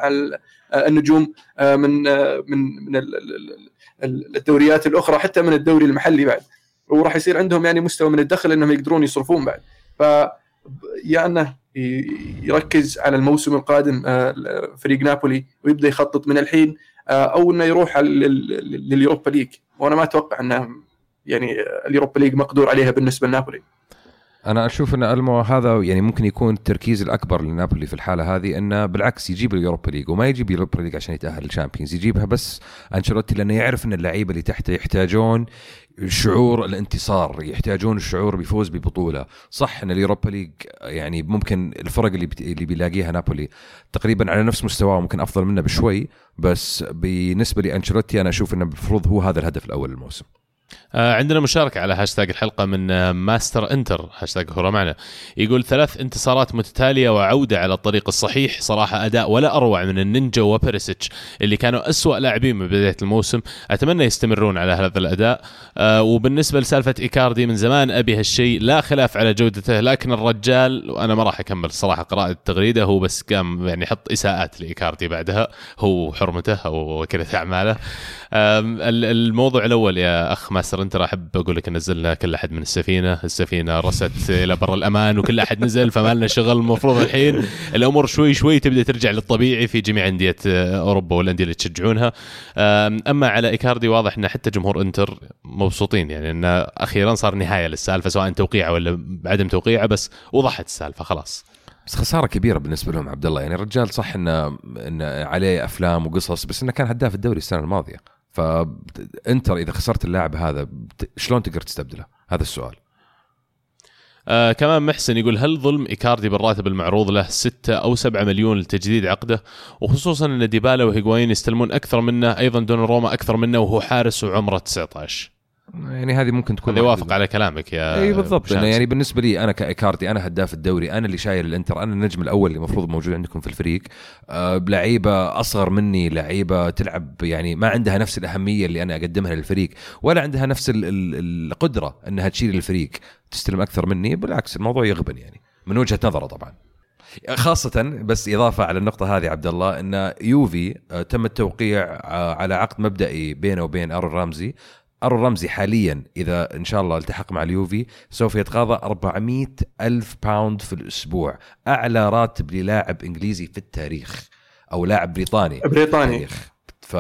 النجوم من من من الدوريات الأخرى حتى من الدوري المحلي بعد، وراح يصير عندهم يعني مستوى من الدخل إنهم يقدرون يصرفون بعد. ف يا أنه يركز على الموسم القادم فريق نابولي ويبدأ يخطط من الحين، أو إنه يروح لليوروبا ليج، وأنا ما أتوقع إنه يعني اليوروبا ليج مقدور عليها بالنسبة لنابولي. أنا أشوف أن ألمو هذا يعني ممكن يكون التركيز الأكبر لنابولي في الحالة هذه، إنه بالعكس يجيب اليوروبا ليج وما يجيب اليوروبا ليج عشان يتأهل للشامبيونز، يجيبها بس أنشيلوتي لأنه يعرف أن اللعيبة اللي تحته يحتاجون شعور الانتصار، يحتاجون الشعور بيفوز ببطولة. صح أن اليوروبا ليج يعني ممكن الفرق اللي اللي بيلاقيها نابولي تقريبا على نفس مستواه، ممكن أفضل منه بشوي، بس بالنسبة لأنشيلوتي أنا أشوف أنه المفروض هو هذا الهدف الأول للموسم. آه عندنا مشاركة على هاشتاج الحلقة من آه ماستر انتر، هاشتاج هو معنا، يقول ثلاث انتصارات متتالية وعودة على الطريق الصحيح، صراحة أداء ولا أروع من النينجا وبيريسيتش اللي كانوا أسوأ لاعبين من بداية الموسم، أتمنى يستمرون على هذا الأداء. آه وبالنسبة لسالفة إيكاردي من زمان أبي هالشيء، لا خلاف على جودته، لكن الرجال وأنا ما راح أكمل صراحة قراءة التغريدة، هو بس قام يعني حط إساءات لإيكاردي بعدها، هو حرمته أو وكالة أعماله. آه الموضوع الأول يا أخ ماستر انت، احب اقول لك نزلنا كل احد من السفينه، السفينه رست الى بر الامان وكل احد نزل، فما لنا شغل. المفروض الحين الامور شوي شوي تبدا ترجع للطبيعي في جميع انديه اوروبا والانديه اللي تشجعونها. اما على ايكاردي واضح ان حتى جمهور انتر مبسوطين، يعني ان اخيرا صار نهايه للسالفه سواء توقيعه ولا عدم توقيعه، بس وضحت السالفه خلاص. بس خساره كبيره بالنسبه لهم عبد الله، يعني الرجال صح انه إن عليه افلام وقصص، بس انه كان هداف الدوري السنه الماضيه، فانتر اذا خسرت اللاعب هذا شلون تقدر تستبدله؟ هذا السؤال. آه كمان محسن يقول هل ظلم إيكاردي بالراتب المعروض له ستة أو سبعة مليون لتجديد عقده، وخصوصا أن ديبالا وهيغوايين يستلمون أكثر منه، أيضا دوناروما أكثر منه وهو حارس وعمره تسعة عشر. يعني هذه ممكن تكون يوافق على كلامك يا اي بالضبط. يعني بالنسبه لي انا كايكاردي انا هداف الدوري، انا اللي شايل الانتر، انا النجم الاول اللي المفروض موجود عندكم في الفريق. أه بلعيبه اصغر مني، لعيبه تلعب يعني ما عندها نفس الاهميه اللي انا اقدمها للفريق، ولا عندها نفس القدره انها تشيل الفريق، تستلم اكثر مني. بالعكس الموضوع يغبن يعني من وجهه نظره طبعا، خاصة بس إضافة على النقطة هذه عبد الله، أن يوفي تم التوقيع على عقد مبدئي بينه وبين أرون رامزي. أرون رامزي حاليا إذا إن شاء الله التحق مع اليوفي سوف يتقاضى أربعمائة ألف باوند في الأسبوع، أعلى راتب للاعب إنجليزي في التاريخ أو لاعب بريطاني بريطاني ف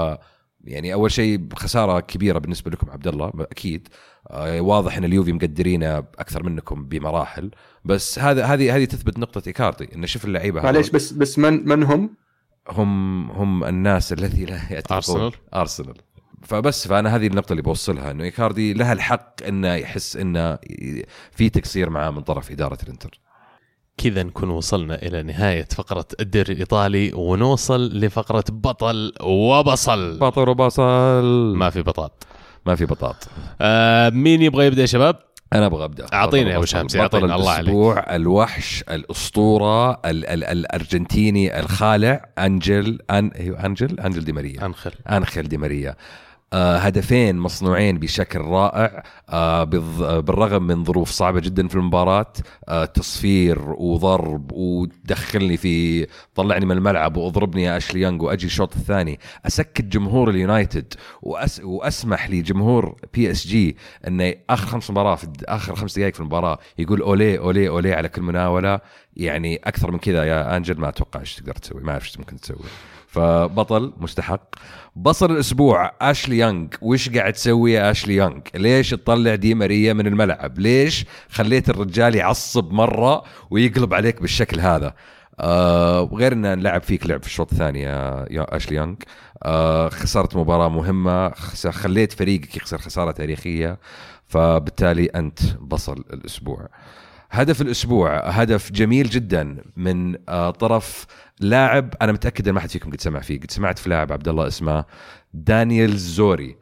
يعني أول شيء خسارة كبيرة بالنسبة لكم عبد الله أكيد. آه واضح أن اليوفي مقدرين أكثر منكم بمراحل، بس هذا هذه هذه تثبت نقطة إيكاردي إن شوف اللعيبة. معليش بس بس من من هم هم هم الناس الذي لا يأتي أرسنال أرسنال فبس. فأنا هذه النقطة اللي بوصلها، إنه إيكاردي لها الحق إنه يحس إنه في تقصير معاه من طرف إدارة الإنتر. كذا نكون وصلنا إلى نهاية فقرة الدوري الإيطالي، ونوصل لفقرة بطل وبصل. بطل وبصل. ما في بطاط ما في بطاط. آه مين يبغى يبدأ يا شباب؟ أنا أبغى أبدأ. أعطيني يا أبو شمس. بطل الأسبوع الوحش الأسطورة ال ال الأرجنتيني الخالع أنجل أن أنجل أنجل دي ماريا. أنخل أنخل دي ماريا. آه هدفين مصنوعين بشكل رائع، آه بالرغم من ظروف صعبة جدا في المباراة، آه تصفير وضرب ودخلني في طلعني من الملعب وأضربني يا أشلي يانغ، وأجي الشوط الثاني أسكت جمهور اليونايتد وأس وأسمح لجمهور بي اس جي أن آخر خمس مباراة في آخر خمس دقائق في المباراة يقول أولي أولي أولي على كل مناولة. يعني أكثر من كذا يا أنجل ما أتوقع إيش تقدر تسوي، ما أعرف إيش ممكن تسوي. فبطل مستحق. بصل الأسبوع أشلي يانغ. وش قاعد تسوي يا أشلي يانغ؟ ليش تطلع دي ماريا من الملعب؟ ليش خليت الرجال يعصب مرة ويقلب عليك بالشكل هذا؟ آه غير أن لعب فيك لعب في الشوط الثاني يا أشلي يانغ. آه خسرت مباراة مهمة، خليت فريقك يخسر خسارة تاريخية، فبالتالي أنت بصل الأسبوع. هدف الأسبوع هدف جميل جدا من طرف لاعب أنا متأكد أن ما حد فيكم قد سمع فيه. قد سمعت في لاعب عبد الله اسمه دانييل زوري؟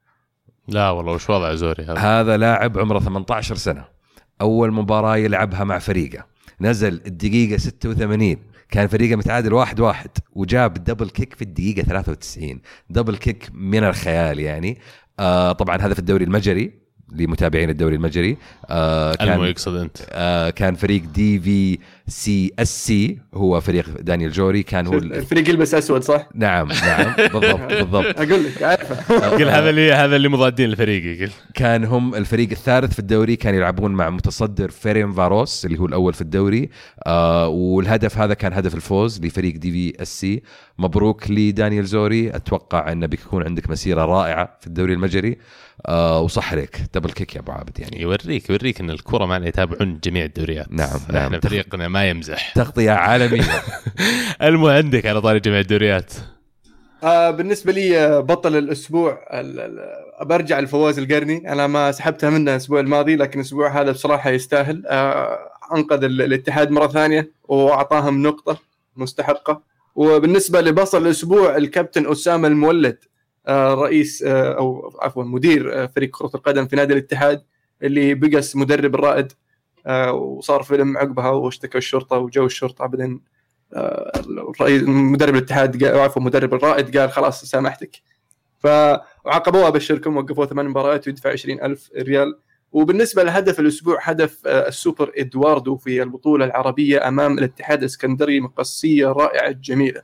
لا والله وش وضع زوري هذا؟ هذا لاعب عمره ثمانية عشر سنة، أول مباراة يلعبها مع فريقه نزل الدقيقة ستة وثمانين، كان فريقه متعادل واحد واحد، وجاب دبل كيك في الدقيقة ثلاثة وتسعين. دبل كيك من الخيال يعني. آه طبعا هذا في الدوري المجري، لمتابعين الدوري المجري. آه كان يقصد انت آه كان فريق دي في سي اس سي هو فريق دانيال جوري، كان هو الفريق يلبس اسود صح؟ نعم نعم بالضبط بالضبط اقول لك عارفه. قل هذا اللي هذا اللي مضادين لفريقي. قل كان هم الفريق الثالث في الدوري، كان يلعبون مع متصدر فيرين فاروس اللي هو الاول في الدوري. آه والهدف هذا كان هدف الفوز لفريق دي في اس سي. مبروك لدانيال جوري، اتوقع انه بيكون عندك مسيره رائعه في الدوري المجري. آه وصح عليك دبل كيك يا ابو عابد، يعني يوريك يوريك ان الكره معنا يتابعون جميع الدوريات. نعم احنا نعم فريقنا ما يمزح، تغطيه عالميه. المو عندك على طاري جميع الدوريات. آه بالنسبه لي بطل الاسبوع برجع الفواز القرني. انا ما سحبتها منه الاسبوع الماضي، لكن الاسبوع هذا بصراحه يستاهل. آه انقذ الاتحاد مره ثانيه واعطاهم نقطه مستحقه. وبالنسبه لبطل الاسبوع الكابتن اسامه المولد، آه رئيس آه او عفوا مدير آه فريق كره القدم في نادي الاتحاد، اللي بقس مدرب الرائد. آه وصار فيلم عقبها واشتكى الشرطه وجو الشرطه، بعدين الرئيس مدرب الاتحاد قال عفوا مدرب الرائد قال خلاص سامحتك، فعاقبوه ابشركم وقفوه ثمان مباريات ويدفع عشرين ألف ريال. وبالنسبه لهدف الاسبوع هدف السوبر ادواردو في البطوله العربيه امام الاتحاد الاسكندري، مقصيه رائعه جميله.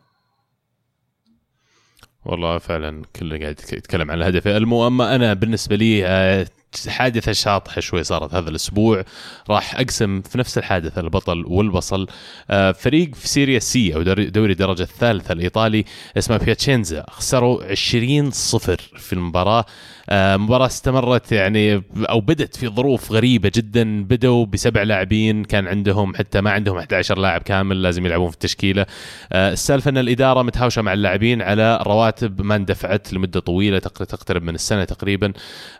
والله فعلا كله قاعد يتكلم عن الهدف المو. اما انا بالنسبه لي حادثة شاطحة شوي صارت هذا الأسبوع، راح أقسم في نفس الحادثة البطل والبصل. فريق في سيريا سي أو دوري درجة الثالثة الإيطالي اسمه بياتشينزا، خسروا عشرين صفر في المباراة. مباراة استمرت يعني أو بدت في ظروف غريبة جدا. بدوا بسبع لاعبين، كان عندهم حتى ما عندهم أحد عشر لاعب كامل لازم يلعبون في التشكيلة. السالفة أن الإدارة متهاوشة مع اللاعبين على رواتب ما اندفعت لمدة طويلة تقترب من السنة تقريبا،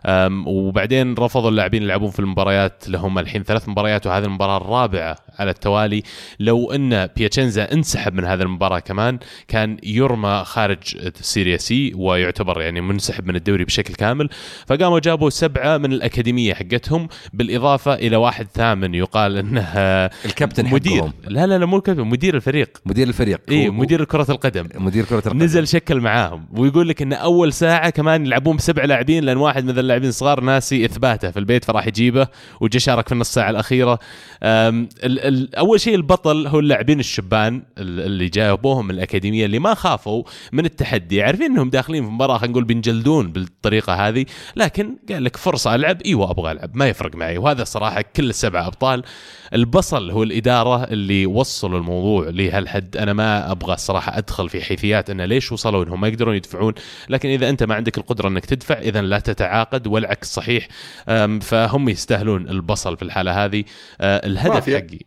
وبعدين رفضوا اللاعبين يلعبون في المباريات. لهم الحين ثلاث مباريات وهذه المباراة الرابعة على التوالي. لو أن بياتشينزا انسحب من هذه المباراة كمان كان يرمى خارج سيريا سي ويعتبر يعني منسحب من الدوري بشكل كامل. فقاموا جابوا سبعة من الأكاديمية حقتهم بالإضافة إلى واحد ثامن يقال أنه الكابتن مدير حقهم. لا لا لا مو الكابتن، مدير الفريق مدير الفريق إيه مدير كرة القدم. مدير كرة القدم نزل شكل معاهم ويقول لك إن أول ساعة كمان يلعبون بسبع لاعبين لأن واحد من اللاعبين صغار ناسي إثباته في البيت فراح يجيبه وجا شارك في النص ساعة الأخيرة. ال ال أول شيء البطل هو اللاعبين الشبان اللي جابوهم من الأكاديمية اللي ما خافوا من التحدي، عارفين إنهم داخلين في مباراة خلينا نقول بنجلدون بالطريقة هذه، لكن قال لك فرصة ألعب إيوه أبغى ألعب ما يفرق معي. وهذا صراحة كل السبعة أبطال. البصل هو الإدارة اللي وصلوا الموضوع لهالحد. أنا ما أبغى الصراحة أدخل في حيثيات أنه ليش وصلوا إنهم ما يقدرون يدفعون، لكن إذا أنت ما عندك القدرة أنك تدفع إذن لا تتعاقد، والعكس صحيح. فهم يستاهلون البصل في الحالة هذه. الهدف حقي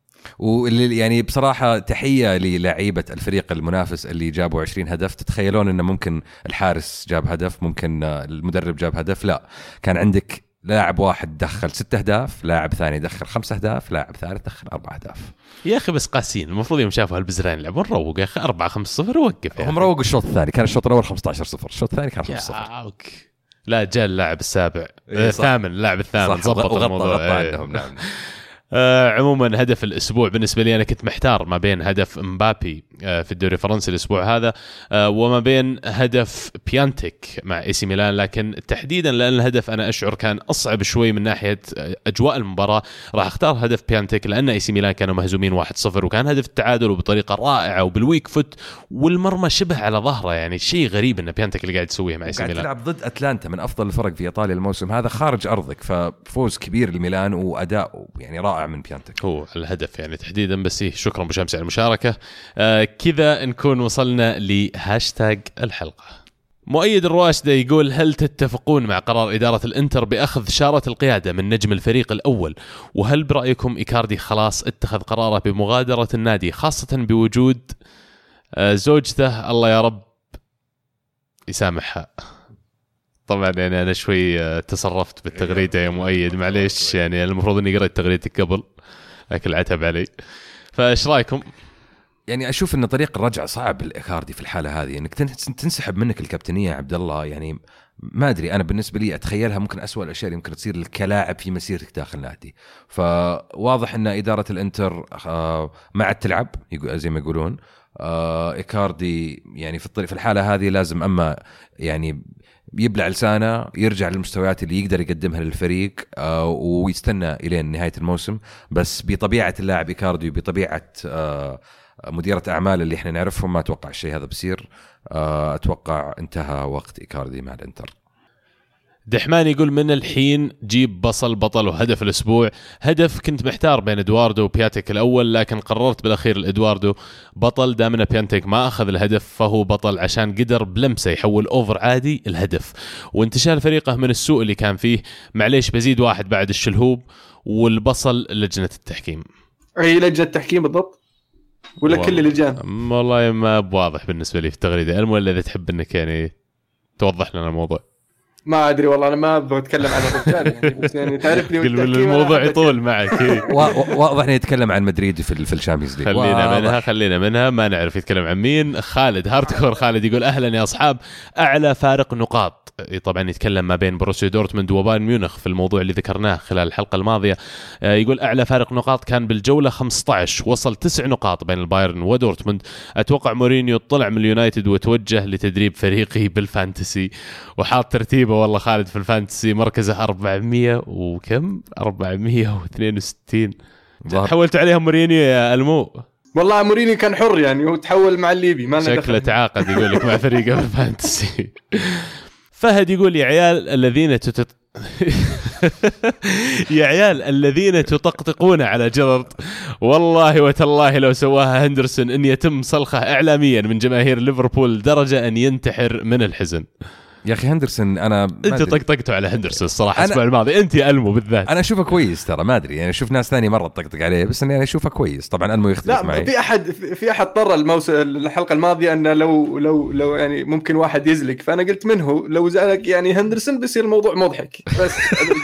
واللي يعني بصراحة تحية للاعيبة الفريق المنافس اللي جابوا عشرين هدف. تتخيلون إنه ممكن الحارس جاب هدف، ممكن المدرب جاب هدف، لا، كان عندك لاعب واحد دخل ست أهداف، لاعب ثاني دخل خمس أهداف، لاعب ثالث دخل أربع أهداف. يا أخي بس قاسين، المفروض يوم شافوا هالبزرين يلعبون روق يا أخي أربعة خمس صفر ووقف. هم روقوا الشوط الثاني، كان الشوط الأول خمسة عشر صفر، الشوط الثاني كان خمسة صفر. لا جاء اللاعب السابع إيه الثامن اللاعب الثامن ضبط الموضوع عندهم. نعم. آه عموما هدف الأسبوع بالنسبة لي أنا كنت محتار ما بين هدف مبابي آه في الدوري الفرنسي الأسبوع هذا آه وما بين هدف بيانتيك مع إي سي ميلان، لكن تحديدا لأن الهدف أنا أشعر كان أصعب شوي من ناحية أجواء المباراة راح أختار هدف بيانتيك، لأن إي سي ميلان كانوا مهزومين واحد صفر وكان هدف التعادل وبطريقة رائعة وبالويك فوت والمرمى شبه على ظهره. يعني شيء غريب إن بيانتيك اللي قاعد يسويه مع إي سي ميلان. قاعد تلعب ضد أتلانتا من أفضل الفرق في إيطاليا الموسم هذا خارج أرضك، ففوز كبير لميلان وأداء يعني رائع من بيانتيك. هو الهدف يعني تحديدا. بس شكرا أبو شمس على المشاركة. آه كذا نكون وصلنا لهاشتاج الحلقة. مؤيد الرواشدة يقول: هل تتفقون مع قرار إدارة الإنتر بأخذ شارة القيادة من نجم الفريق الأول؟ وهل برأيكم إيكاردي خلاص اتخذ قراره بمغادرة النادي خاصة بوجود آه زوجته الله يا رب يسامحها؟ طبعا يعني أنا شوي تصرفت بالتغريدة يا مؤيد، معليش يعني المفروض أني قرأت تغريدتك قبل لكن العتب علي. فايش رايكم؟ يعني اشوف ان طريق الرجعه صعب الايكاردي في الحاله هذه، انك تنسحب منك الكابتنيه يا عبد الله. يعني ما ادري، انا بالنسبه لي اتخيلها ممكن أسوأ الاشياء اللي ممكن تصير لك كلاعب في مسيرتك داخل النادي. فواضح ان اداره الانتر ما عاد تلعب زي ما يقولون، آه إيكاردي يعني في الطريق في الحالة هذه لازم أما يعني يبلع لسانه يرجع للمستويات اللي يقدر يقدمها للفريق آه ويستنى إلى نهاية الموسم. بس بطبيعة اللاعب إيكاردي وبطبيعة آه مديرة أعمال اللي إحنا نعرفهم ما أتوقع الشيء هذا بصير. آه أتوقع انتهى وقت إيكاردي مع الإنتر. دحمان يقول من الحين جيب بصل بطل وهدف الأسبوع. هدف كنت محتار بين إدواردو وبياتيك الأول لكن قررت بالأخير الإدواردو بطل دامنا بياتيك ما أخذ الهدف فهو بطل عشان قدر بلمسه يحول أوفر عادي الهدف وانتشال فريقه من السوء اللي كان فيه. معليش بزيد واحد بعد الشلهوب والبصل لجنة التحكيم. أي لجنة التحكيم بالضبط ولا كل اللجان؟ والله ما بواضح بالنسبة لي في التغريدة. المهم إذا تحب أنك يعني توضح لنا الموضوع. ما أدري والله أنا ما أبغى أتكلم عن الرجال يعني بس يعني تعرفني الموضوع يطول معك. واضح إنه يتكلم عن مدريد في في الشامبيونز ليج. خلينا منها خلينا منها ما نعرف يتكلم عن مين. خالد هاردكور خالد يقول أهلا يا أصحاب. أعلى فارق نقاط طبعا يتكلم ما بين بروسيا دورتموند وبايرن ميونخ في الموضوع اللي ذكرناه خلال الحلقة الماضية. يقول أعلى فارق نقاط كان بالجولة خمسة عشر وصل تسع نقاط بين البايرن ودورتموند. أتوقع مورينيو طلع من اليونايتد وتوجه لتدريب فريقي بالفانتسي وحاط ترتيبه والله خالد في الفانتسي مركزه أربعمية وكم أربعمية واثنين وستين. حولت عليهم مورينيو يا المو. والله مورينيو كان حر يعني وتحول مع الليبي ما شكله تعاقد يقول لك مع فريقه في الفانتسي. فهد يقول يا عيال الذين تتط... يا عيال الذين تطقطقون على جيرارد والله وتالله لو سواها هندرسون ان يتم صلخه اعلاميا من جماهير ليفربول درجه ان ينتحر من الحزن. يا اخي هندرسون انا انت طقطقتوا على هندرسون الصراحه الاسبوع الماضي انت يا المو بالذات. انا اشوفه كويس ترى ما ادري يعني اشوف ناس ثاني مره تطقطق عليه بس اني انا اشوفه كويس. طبعا المو يختلف لا معي. في احد في احد طر الموسم الحلقه الماضيه انه لو لو لو يعني ممكن واحد يزلق فانا قلت منه لو زعلك يعني هندرسون بيصير الموضوع مضحك بس.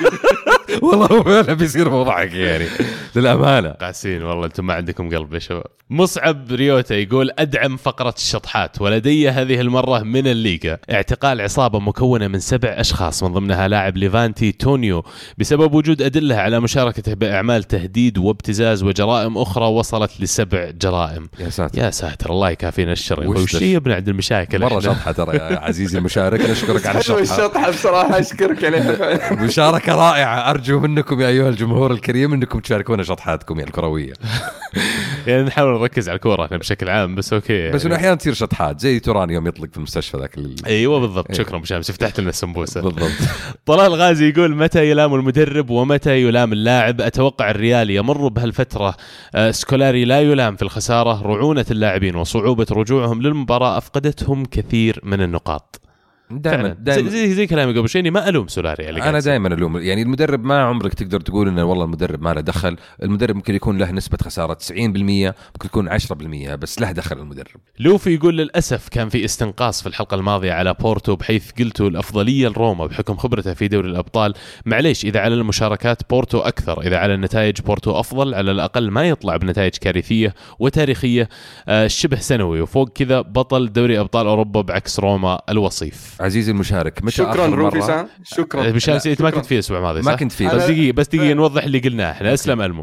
والله فعلا بيصير مضحك يعني للامانه. قاسين والله انتم ما عندكم قلب يا شباب. مصعب ريوتا يقول ادعم فقره الشطحات ولدي هذه المره من الليغا اعتقال عصابه مكونه من سبع أشخاص من ضمنها لاعب ليفانتي تونيو بسبب وجود أدلة على مشاركته بأعمال تهديد وابتزاز وجرائم أخرى وصلت لسبع جرائم. يا ساتر يا ساتر الله يكافينا الشر. وش يبنى عند المشاكل مرة شطحة ترى يا عزيزي المشارك نشكرك على الشطحة. الشطحة بصراحة أشكرك عليها مشاركة رائعة. أرجو منكم يا أيها الجمهور الكريم أنكم تشاركونا شطحاتكم الكروية. يعني نحاول نركز على الكورة احنا بشكل عام بس أوكي يعني. بس إنه أحيانا تصير شطحات زي توران يوم يطلق في المستشفى ذاك ال... أيوة بالضبط. شكرا أبو شامس فتحت لنا السمبوسة بالضبط. طلال غازي يقول متى يلام المدرب ومتى يلام اللاعب. أتوقع الريال يمر بهالفترة سكولاري لا يلام في الخسارة. رعونة اللاعبين وصعوبة رجوعهم للمباراة أفقدتهم كثير من النقاط. دائما دائما زي زي كلامي قبل شيء ما ألوم سولاري. انا دائما الوم يعني المدرب ما عمرك تقدر تقول انه والله المدرب ما له دخل. المدرب ممكن يكون له نسبه خساره تسعين بالمية ممكن يكون عشرة بالمية بس له دخل المدرب. لوفي يقول للاسف كان في استنقاص في الحلقه الماضيه على بورتو بحيث قلتوا الافضليه لروما بحكم خبرته في دوري الابطال. معليش اذا على المشاركات بورتو اكثر اذا على النتائج بورتو افضل على الاقل ما يطلع بنتائج كارثيه وتاريخيه آه شبه سنوي وفوق كذا بطل دوري ابطال اوروبا بعكس روما الوصيف. عزيزي المشارك شكرا روفي شكرا. مش انت ما كنت فيه الاسبوع الماضي ما كنت فيه بس دقيقه بس دقيقه نوضح اللي قلناه احنا. اسلم المو.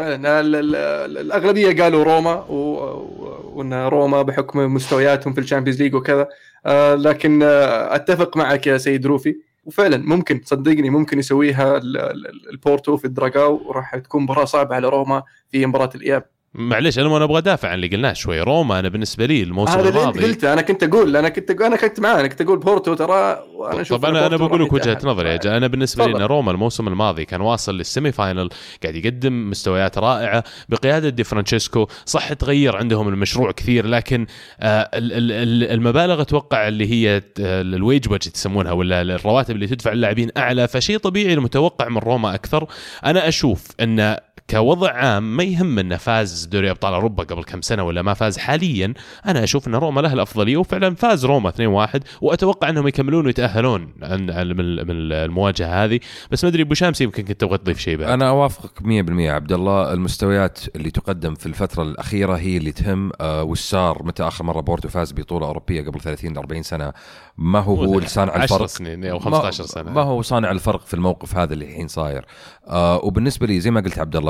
الاغلبيه قالوا روما وان روما بحكم مستوياتهم في الشامبيونز ليج وكذا لكن اتفق معك يا سيد روفي وفعلا ممكن تصدقني ممكن يسويها البورتو في الدراغاو وراح تكون مباراه صعبه على روما في مباراه الاياب. معليش انا ما ابغى ادافع عن اللي قلناه شوي. روما انا بالنسبه لي الموسم هذا الماضي اللي قلت انا كنت اقول انا كنت انا كنت معاه انا كنت اقول بورتو ترى وانا اشوف. طب انا انا بقول لك وجهه نظري يا جماعه. انا بالنسبه لي ان روما الموسم الماضي كان واصل للسيمي فاينل قاعد يقدم مستويات رائعه بقياده دي فرانشيسكو. صح تغير عندهم المشروع كثير لكن آه المبالغ اتوقع اللي هي الويج بادجت يسمونها ولا الرواتب اللي تدفع اللاعبين اعلى فشيء طبيعي المتوقع من روما اكثر. انا اشوف ان كوضع عام ما يهم انه فاز دوري ابطال اوروبا قبل كم سنه ولا ما فاز حاليا. انا اشوف ان روما له الافضليه وفعلا فاز روما اثنين واحد واتوقع انهم يكملون ويتاهلون من المواجهه هذه. بس ما ادري ابو شامس يمكن كنت تبغى تضيف شيء بعد. انا اوافقك مية بالمية عبد الله. المستويات اللي تقدم في الفتره الاخيره هي اللي تهم. أه وش صار متى اخر مره بورتو فاز بطوله اوروبيه قبل ثلاثين أربعين سنه ما هو هو صانع الفرق. عشر سنين او خمسة عشر سنه ما هو صانع الفرق في الموقف هذا اللي الحين صاير. أه وبالنسبه لي زي ما قلت عبد الله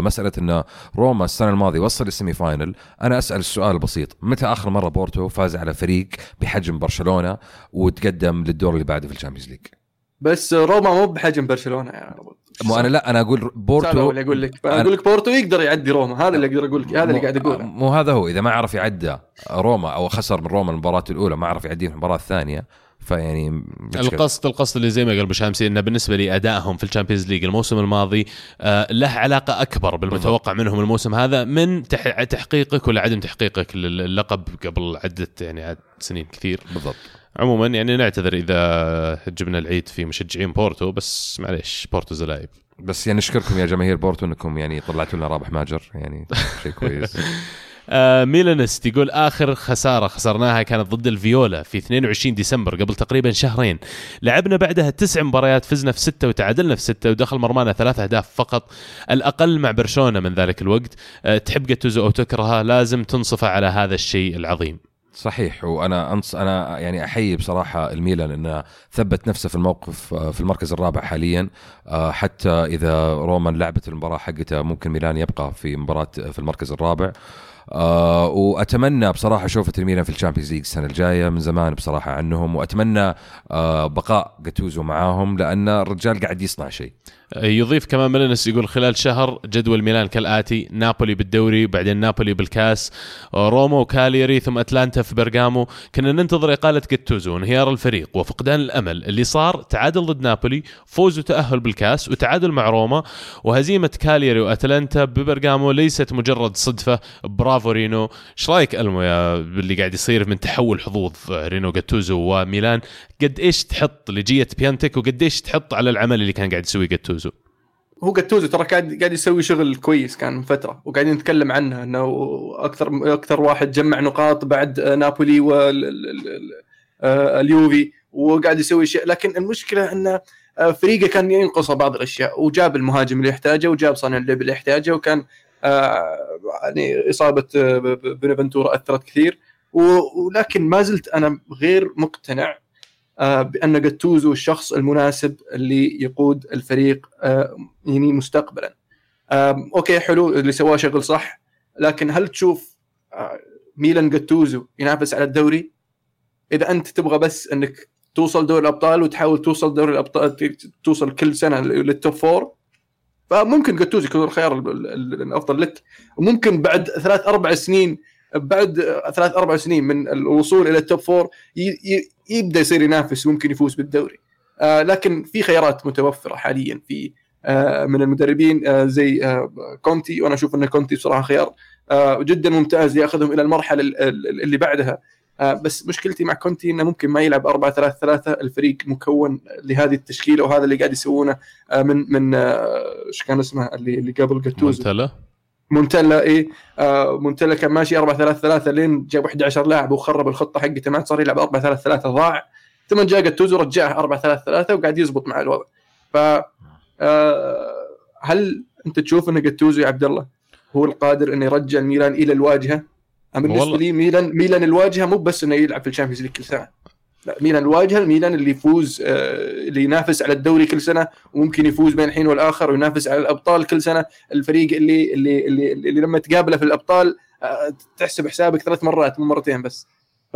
مسألة أن روما السنة الماضية وصل السيمي فاينل. أنا أسأل السؤال البسيط، متى آخر مرة بورتو فاز على فريق بحجم برشلونة وتقدم للدور اللي بعده في الشامبيونز ليج؟ بس روما مو بحجم برشلونة يا مو أنا لا أنا أقول بورتو اللي أقول لك أنا أقول لك بورتو يقدر يعدي روما، هذا اللي أقدر أقول لك، هذا اللي قاعد أقوله. مو هذا هو، إذا ما عرف يعدى روما أو خسر من روما المباراة الأولى ما عرف يعديه في المباراة الثانية، فيعني القصد القصد اللي زي ما قال بشامسي انه بالنسبه لي ادائهم في الشامبيونز ليج الموسم الماضي آه له علاقه اكبر بالمتوقع منهم الموسم هذا من تح- تحقيقك ولا عدم تحقيقك للقب قبل عده يعني عد سنين كثير. بالضبط. عموما يعني نعتذر اذا جبنا العيد في مشجعين بورتو، بس معليش بورتو زلايب. بس يعني نشكركم يا جماهير بورتو انكم يعني طلعتوا لنا رابح ماجر، يعني شيء كويس. آه ميلانست يقول آخر خسارة خسرناها كانت ضد الفيولا في اثنين وعشرين ديسمبر قبل تقريبا شهرين. لعبنا بعدها تسع مباريات، فزنا في ستة وتعادلنا في ستة، ودخل مرمانا ثلاث أهداف فقط، الأقل مع برشلونة من ذلك الوقت. آه تحب جاتوزو أو تكرهها لازم تنصف على هذا الشيء العظيم. صحيح. وانا أنص انا يعني احيي بصراحه الميلان انه ثبت نفسه في الموقف في المركز الرابع حاليا، حتى اذا روما لعبت المباراه حقته ممكن ميلان يبقى في مباراه في المركز الرابع. أه وأتمنى بصراحة شوفة الميلان في الشامبيونز ليج السنة الجاية، من زمان بصراحة عنهم، وأتمنى أه بقاء جاتوزو معاهم لأن الرجال قاعد يصنع شيء. يضيف كمان ميلانس يقول خلال شهر جدول ميلان كالآتي: نابولي بالدوري، بعدين نابولي بالكاس، روما وكاليري، ثم أتلانتا في برغامو. كنا ننتظر إقالة جاتوزو وانهيار الفريق وفقدان الأمل. اللي صار تعادل ضد نابولي، فوز وتأهل بالكاس، وتعادل مع روما، وهزيمة كاليري وأتلانتا ببرغامو ليست مجرد صدفة. برافو رينو. ايش رايك ألمو يا باللي قاعد يصير من تحول حظوظ رينو جاتوزو وميلان؟ قد ايش تحط لجية بيانتك وقد ايش تحط على العمل اللي كان قاعد يسويه جاتوزو؟ هو جاتوزو ترى قاعد قاعد يسوي شغل كويس كان من فترة، وقاعدين نتكلم عنه انه اكثر اكثر واحد جمع نقاط بعد نابولي واليوفي، وقاعد يسوي شيء. لكن المشكلة انه فريقه كان ينقصه بعض الاشياء، وجاب المهاجم اللي يحتاجه وجاب صانع اللعب اللي يحتاجه، وكان يعني اصابة بنفنتورا اثرت كثير. ولكن ما زلت انا غير مقتنع بأن جاتوزو الشخص المناسب اللي يقود الفريق يعني مستقبلا. أوكي حلو اللي سواه شغل صح، لكن هل تشوف ميلان جاتوزو ينافس على الدوري؟ إذا أنت تبغى بس أنك توصل دور الأبطال وتحاول توصل دور الأبطال توصل كل سنة للتوب فور، فممكن جاتوزو يكون الخيار الأفضل لك. وممكن بعد ثلاث أربع سنين بعد ثلاث أربع سنين من الوصول إلى التوب فور يبدأ يصير ينافس وممكن يفوز بالدوري. آه لكن في خيارات متوفرة حاليا في آه من المدربين آه زي آه كونتي، وأنا أشوف أن كونتي بصراحة خيار آه جدا ممتاز يأخذهم إلى المرحلة اللي بعدها. آه بس مشكلتي مع كونتي إنه ممكن ما يلعب أربعة ثلاثة ثلاثة، الفريق مكون لهذه التشكيلة، وهذا اللي قاعد يسوونه آه من من إيش آه كان اسمه اللي اللي قبل جاتوزو، مونتلا مونتلا إيه آه مونتلا كان ماشي أربعة ثلاثة ثلاثة لين جاب أحد عشر لاعب وخرب الخطة حقته، ما صار يلعب أربعة ثلاثة ثلاثة، ضاع. ثم جاء جاتوزو رجعه أربعة ثلاثة ثلاثة وقاعد يزبط مع الوضع. ف آه هل أنت تشوف أن جاتوزو يا عبد الله هو القادر أن يرجع الميلان إلى الواجهة؟ أنا بالنسبة لي ميلان ميلان الواجهة مو بس إنه يلعب في الشامبيونز ليج كل سنة، لا، ميلان الواجهة الميلان اللي يفوز آه اللي ينافس على الدوري كل سنة وممكن يفوز بين الحين والآخر وينافس على الأبطال كل سنة. الفريق اللي اللي اللي, اللي لما تقابله في الأبطال آه تحسب حسابك ثلاث مرات مو مرتين بس.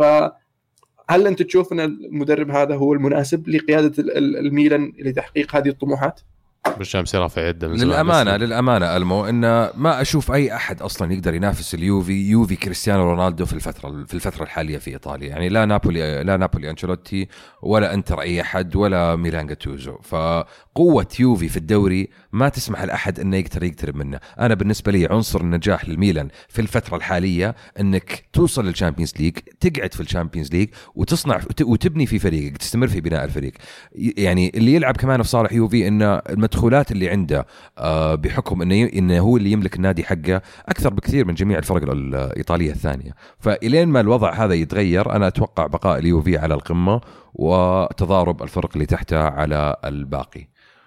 فهل أنت تشوف أن المدرب هذا هو المناسب لقيادة الميلان لتحقيق هذه الطموحات؟ بالشمس رافع يده للأمانة للأمانة ألمو إن ما أشوف أي أحد أصلا يقدر ينافس اليوفي يوفي كريستيانو رونالدو في الفترة في الفترة الحالية في إيطاليا. يعني لا نابولي لا نابولي أنشيلوتي ولا أنتر أي أحد ولا ميلان جاتوزو. فقوة يوفي في الدوري ما تسمح لأحد إنه يقدر يقترب منه. أنا بالنسبة لي عنصر النجاح للميلان في الفترة الحالية إنك توصل للشامبيونز ليج، تقعد في الشامبيونز ليج وتصنع وتبني في فريقك، تستمر في بناء الفريق. يعني اللي يلعب كمان في صالح يوفي إن المدخولات اللي عنده بحكم إنه إنه هو اللي يملك النادي حقه أكثر بكثير من جميع الفرق الإيطالية الثانية. فإلين ما الوضع هذا يتغير أنا أتوقع بقاء اليوفي على القمة وتضارب الفرق اللي تحتها على الباقي.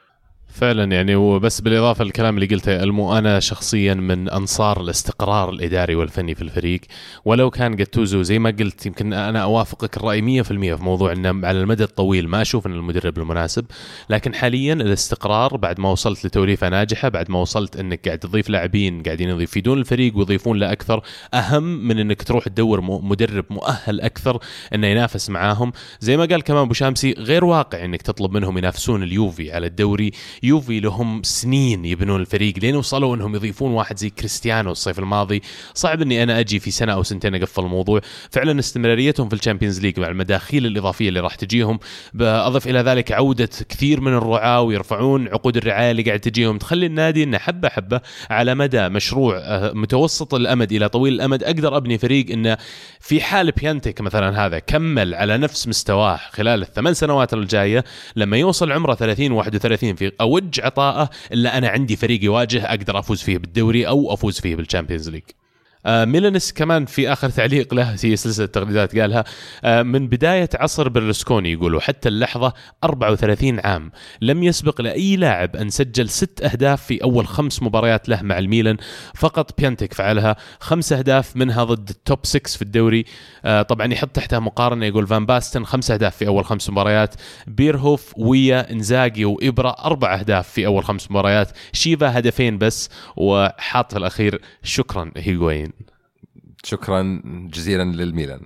فعلا يعني. وبس بالإضافة للكلام اللي قلته يا ألمو، أنا شخصيا من أنصار الاستقرار الإداري والفني في الفريق. ولو كان جاتوزو زي ما قلت، يمكن أنا أوافقك الرأي مية في المية في موضوع أنه على المدى الطويل ما أشوف أن المدرب المناسب، لكن حاليا الاستقرار بعد ما وصلت لتوليفة ناجحة، بعد ما وصلت أنك قاعد تضيف لاعبين قاعدين يفيدون الفريق ويضيفون له أكثر، أهم من أنك تروح تدور مدرب مؤهل أكثر أنه ينافس معاهم. زي ما قال كمان أبو شامسي، غير واقع أنك تطلب منهم ينافسون اليوفي على الدوري. يوفي لهم سنين يبنون الفريق لين وصلوا انهم يضيفون واحد زي كريستيانو الصيف الماضي. صعب اني انا اجي في سنه او سنتين اقفل الموضوع. فعلا استمراريتهم في الشامبيونز ليج مع المداخيل الاضافيه اللي راح تجيهم، باضف الى ذلك عوده كثير من الرعاة ويرفعون عقود الرعايه اللي قاعد تجيهم، تخلي النادي انه حبه حبه على مدى مشروع متوسط الامد الى طويل الامد اقدر ابني فريق انه في حال بيانتك مثلا هذا كمل على نفس مستواه خلال الثمان سنوات الجايه، لما يوصل عمره ثلاثين واحد وثلاثين في اوج عطائه، الا انا عندي فريق يواجه اقدر افوز فيه بالدوري او افوز فيه بالشامبيونز ليج. آه ميلانس كمان في آخر تعليق له، هي سلسلة تغريدات قالها، آه من بداية عصر برلسكوني يقولوا حتى اللحظة أربعة وثلاثين عام لم يسبق لأي لاعب أن سجل ست أهداف في أول خمس مباريات له مع الميلان. فقط بيانتك فعلها، خمس أهداف منها ضد التوب ستة في الدوري. آه طبعا يحط تحتها مقارنة، يقول فان باستن خمس أهداف في أول خمس مباريات، بيرهوف ويا إنزاغي وإبرا أربع أهداف في أول خمس مباريات، شيفا هدفين بس، وحاط في الأخير شكرا هيغوين. شكرا جزيلا للميلان.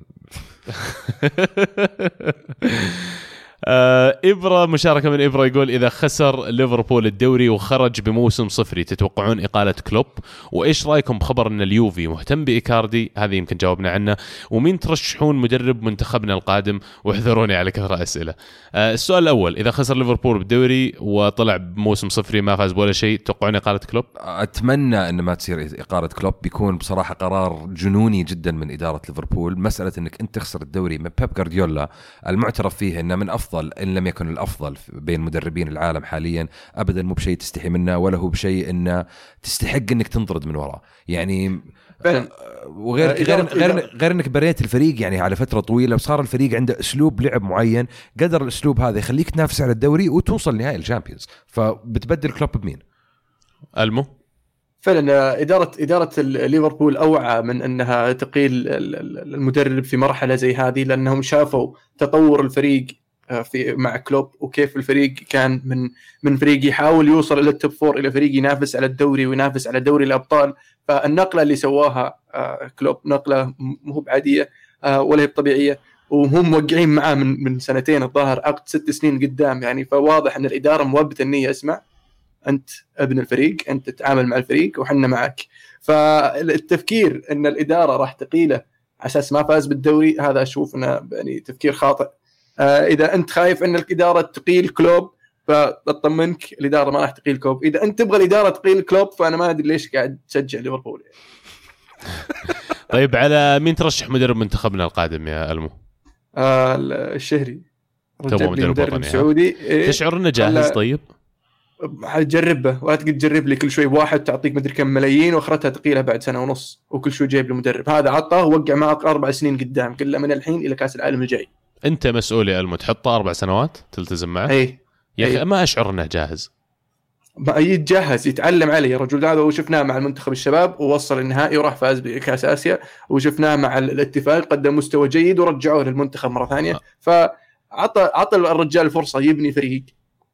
آه إبرا، مشاركة من إبرا، يقول إذا خسر ليفربول الدوري وخرج بموسم صفري تتوقعون إقالة كلوب؟ وإيش رأيكم بخبر أن اليوفي مهتم بإيكاردي؟ هذه يمكن جاوبنا عنه. ومين ترشحون مدرب منتخبنا القادم؟ واحذروني على كثرة أسئلة. آه السؤال الأول، إذا خسر ليفربول بالدوري وطلع بموسم صفري ما فاز بولا شيء، تتوقعون إقالة كلوب؟ أتمنى أن ما تصير إقالة كلوب، بيكون بصراحة قرار جنوني جدا من إدارة ليفربول. مسألة أنك أنت تخسر الدوري من بيب غارديولا المعترف فيه أنه من أفضل إن لم يكن الأفضل بين مدربين العالم حاليا، أبدا مو بشيء تستحي منه، ولا هو بشيء إنه تستحق إنك تنطرد من وراء يعني. وغير غير غير غير إنك بريت الفريق يعني على فترة طويلة، وصار الفريق عنده أسلوب لعب معين، قدر الأسلوب هذا يخليك تنافس على الدوري وتوصل نهائي الشامبيونز. فبتبدل كلوب بمين؟ ألمو فعلا إدارة إدارة ليفربول أوعى من أنها تقيل المدرب في مرحلة زي هذه، لأنهم شافوا تطور الفريق في مع كلوب، وكيف الفريق كان من من فريق يحاول يوصل إلى التوب فور إلى فريق ينافس على الدوري وينافس على دوري الأبطال. فالنقلة اللي سواها كلوب نقلة مو بعادية ولا هي طبيعية، وهم موقعين معاه من من سنتين الظاهر عقد ست سنين قدام يعني. فواضح أن الإدارة موبت النية، اسمع أنت ابن الفريق، أنت تتعامل مع الفريق وحنا معك. فالتفكير أن الإدارة راح تقيله على أساس ما فاز بالدوري، هذا أشوف أنه يعني تفكير خاطئ. آه إذا أنت خايف أن الإدارة تقيل كلوب فأطمنك، الإدارة ما راح تقيل كلوب. إذا أنت تبغى الإدارة تقيل كلوب فأنا ما أدري ليش قاعد تشجع ليفربول يعني. طيب على مين ترشح مدرب منتخبنا القادم يا ألمو؟ آه الشهري، تبغى مدرب وطني سعودي. إيه؟ تشعر إنه جاهز؟ طيب حجربه، ولا تقدر تجرب لي كل شوي واحد تعطيك مدري كم ملايين واخرتها تقيلها بعد سنة ونص، وكل شوي جايب له مدرب. هذا عطاه ووقع معك أربع سنين قدام، كله من الحين إلى كأس العالم الجاي. أنت مسؤول يا ألمو، تحطه أربع سنوات تلتزم معه. أي يا أخي أي. ما أشعر إنه جاهز. ما يتجهز، يتعلم عليه يا رجل. هذا وشفناه مع المنتخب الشباب ووصل النهائي وراح فاز بكأس آسيا، وشفناه مع الاتفاق قدم مستوى جيد ورجعوه للمنتخب مرة ثانية. فعطى عطى الرجال فرصة يبني فريق،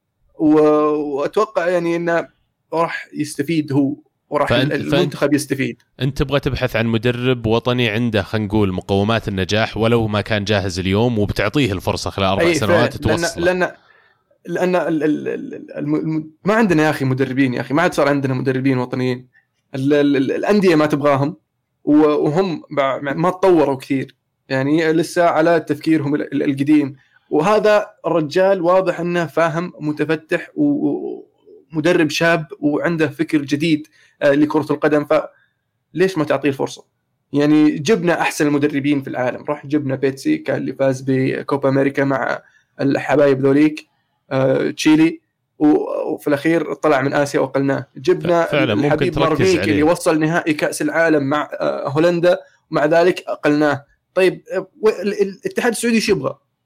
وأتوقع يعني إنه راح يستفيد هو، وراح المنتخب يستفيد. أنت تبغى تبحث عن مدرب وطني عنده خلينا نقول مقومات النجاح ولو ما كان جاهز اليوم، وبتعطيه الفرصة خلال أربع سنوات توصل. لأن لأن ال ال ال الم... ما عندنا يا أخي مدربين، يا أخي ما عاد صار عندنا مدربين وطنيين. ال ال ال الأندية ما تبغاهم، وهم ما تطوروا كثير يعني، لسه على تفكيرهم القديم. وهذا الرجال واضح أنه فاهم متفتح ومدرب شاب وعنده فكر جديد لكرة القدم، فليش ما تعطيه الفرصة؟ يعني جبنا أحسن المدربين في العالم، راح جبنا بيتسي كان اللي فاز بكوبا أمريكا مع الحبايب ذوليك آه، تشيلي، وفي الأخير طلع من آسيا وقلناه. جبنا الحبيب مارفيك اللي وصل نهائي كأس العالم مع آه، هولندا، ومع ذلك قلناه. طيب الاتحاد السعودي شو يبغى؟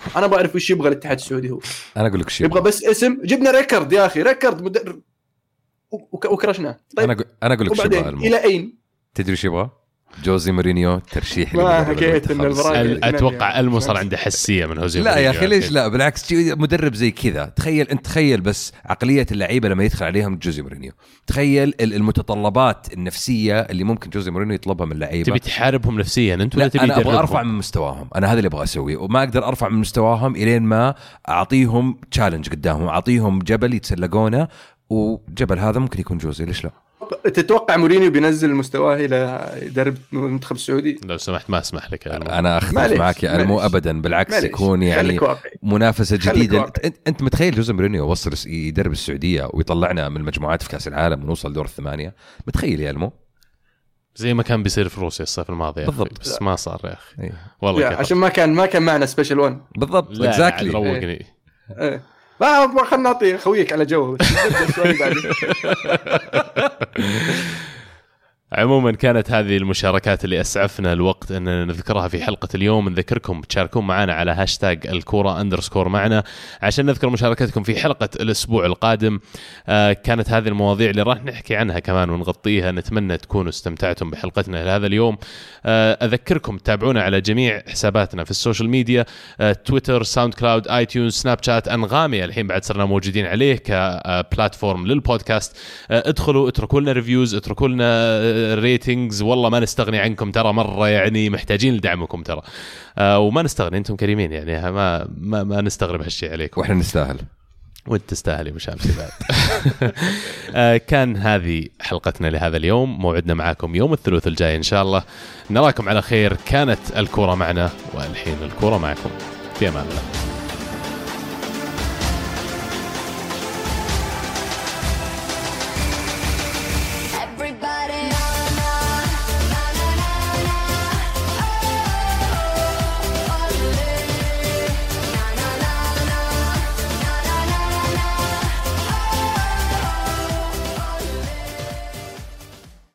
انا بعرف وش يبغى الاتحاد السعودي. هو انا اقول لك شيء يبغى بس اسم. جبنا ريكورد يا اخي، ريكورد مدرب وكرشناه. طيب انا انا اقول لك شيء وبعدين الى اين تدري شو يبغى؟ جوزي مورينيو ترشيح. ما حكيت ان المراجع اتوقع المو صار عنده حساسيه من هوزي لا مورينيو. يا اخي ليش لا، بالعكس مدرب زي كذا. تخيل انت، تخيل بس عقليه اللعيبه لما يدخل عليهم جوزي مورينيو، تخيل المتطلبات النفسيه اللي ممكن جوزي مورينيو يطلبها من اللعيبه. تبي تحاربهم نفسيا انت ولا تبي انا ابغى ارفع من مستواهم؟ انا هذا اللي ابغى اسويه، وما اقدر ارفع من مستواهم الين ما اعطيهم تشالنج قدامهم، اعطيهم جبل يتسلقونه، وجبل هذا ممكن يكون جوزي. ليش لا؟ تتوقع مورينيو بينزل مستواه الى يدرب المنتخب السعودي؟ لو سمحت ما اسمح لك. انا اختلف معك يا المو ابدا، بالعكس ماليش. يكون يعني منافسه جديده. انت متخيل جوزي مورينيو وصل يدرب السعوديه ويطلعنا من المجموعات في كاس العالم ونوصل دور الثمانيه؟ متخيل يا المو؟ زي ما كان بيصير في روسيا الصيف الماضي بالضبط، بس ما صار يا اخي. أيه. والله عشان ما كان ما كان معنا سبيشال ون. بالضبط اكزاكتلي. روقني ايه ما خلنا نعطي خويك على جو. عموما كانت هذه المشاركات اللي أسعفنا الوقت أن نذكرها في حلقة اليوم. نذكركم تشاركون معنا على هاشتاج الكورة أندرسكور معنا عشان نذكر مشاركاتكم في حلقة الأسبوع القادم. آه كانت هذه المواضيع اللي راح نحكي عنها كمان ونغطيها. نتمنى تكونوا استمتعتم بحلقتنا لهذا اليوم. آه أذكركم تتابعونا على جميع حساباتنا في السوشيال ميديا، آه تويتر، ساوند كلاود، آي تيونز، سناب شات، أنغامي الحين بعد صرنا موجودين عليه كبلاتفورم للبودكاست. آه ادخلوا اتركوا لنا ريفيوز، اتركوا لنا ريتينجز، والله ما نستغني عنكم ترى، مرة يعني محتاجين لدعمكم ترى. آه وما نستغني، انتم كريمين يعني، ما ما, ما نستغرب هالشيء عليكم، واحنا نستاهل وانت تستاهل يا مشامسي بعد. آه كان هذه حلقتنا لهذا اليوم. موعدنا معاكم يوم الثلاثاء الجاي ان شاء الله. نراكم على خير. كانت الكرة معنا والحين الكرة معكم. في امان الله.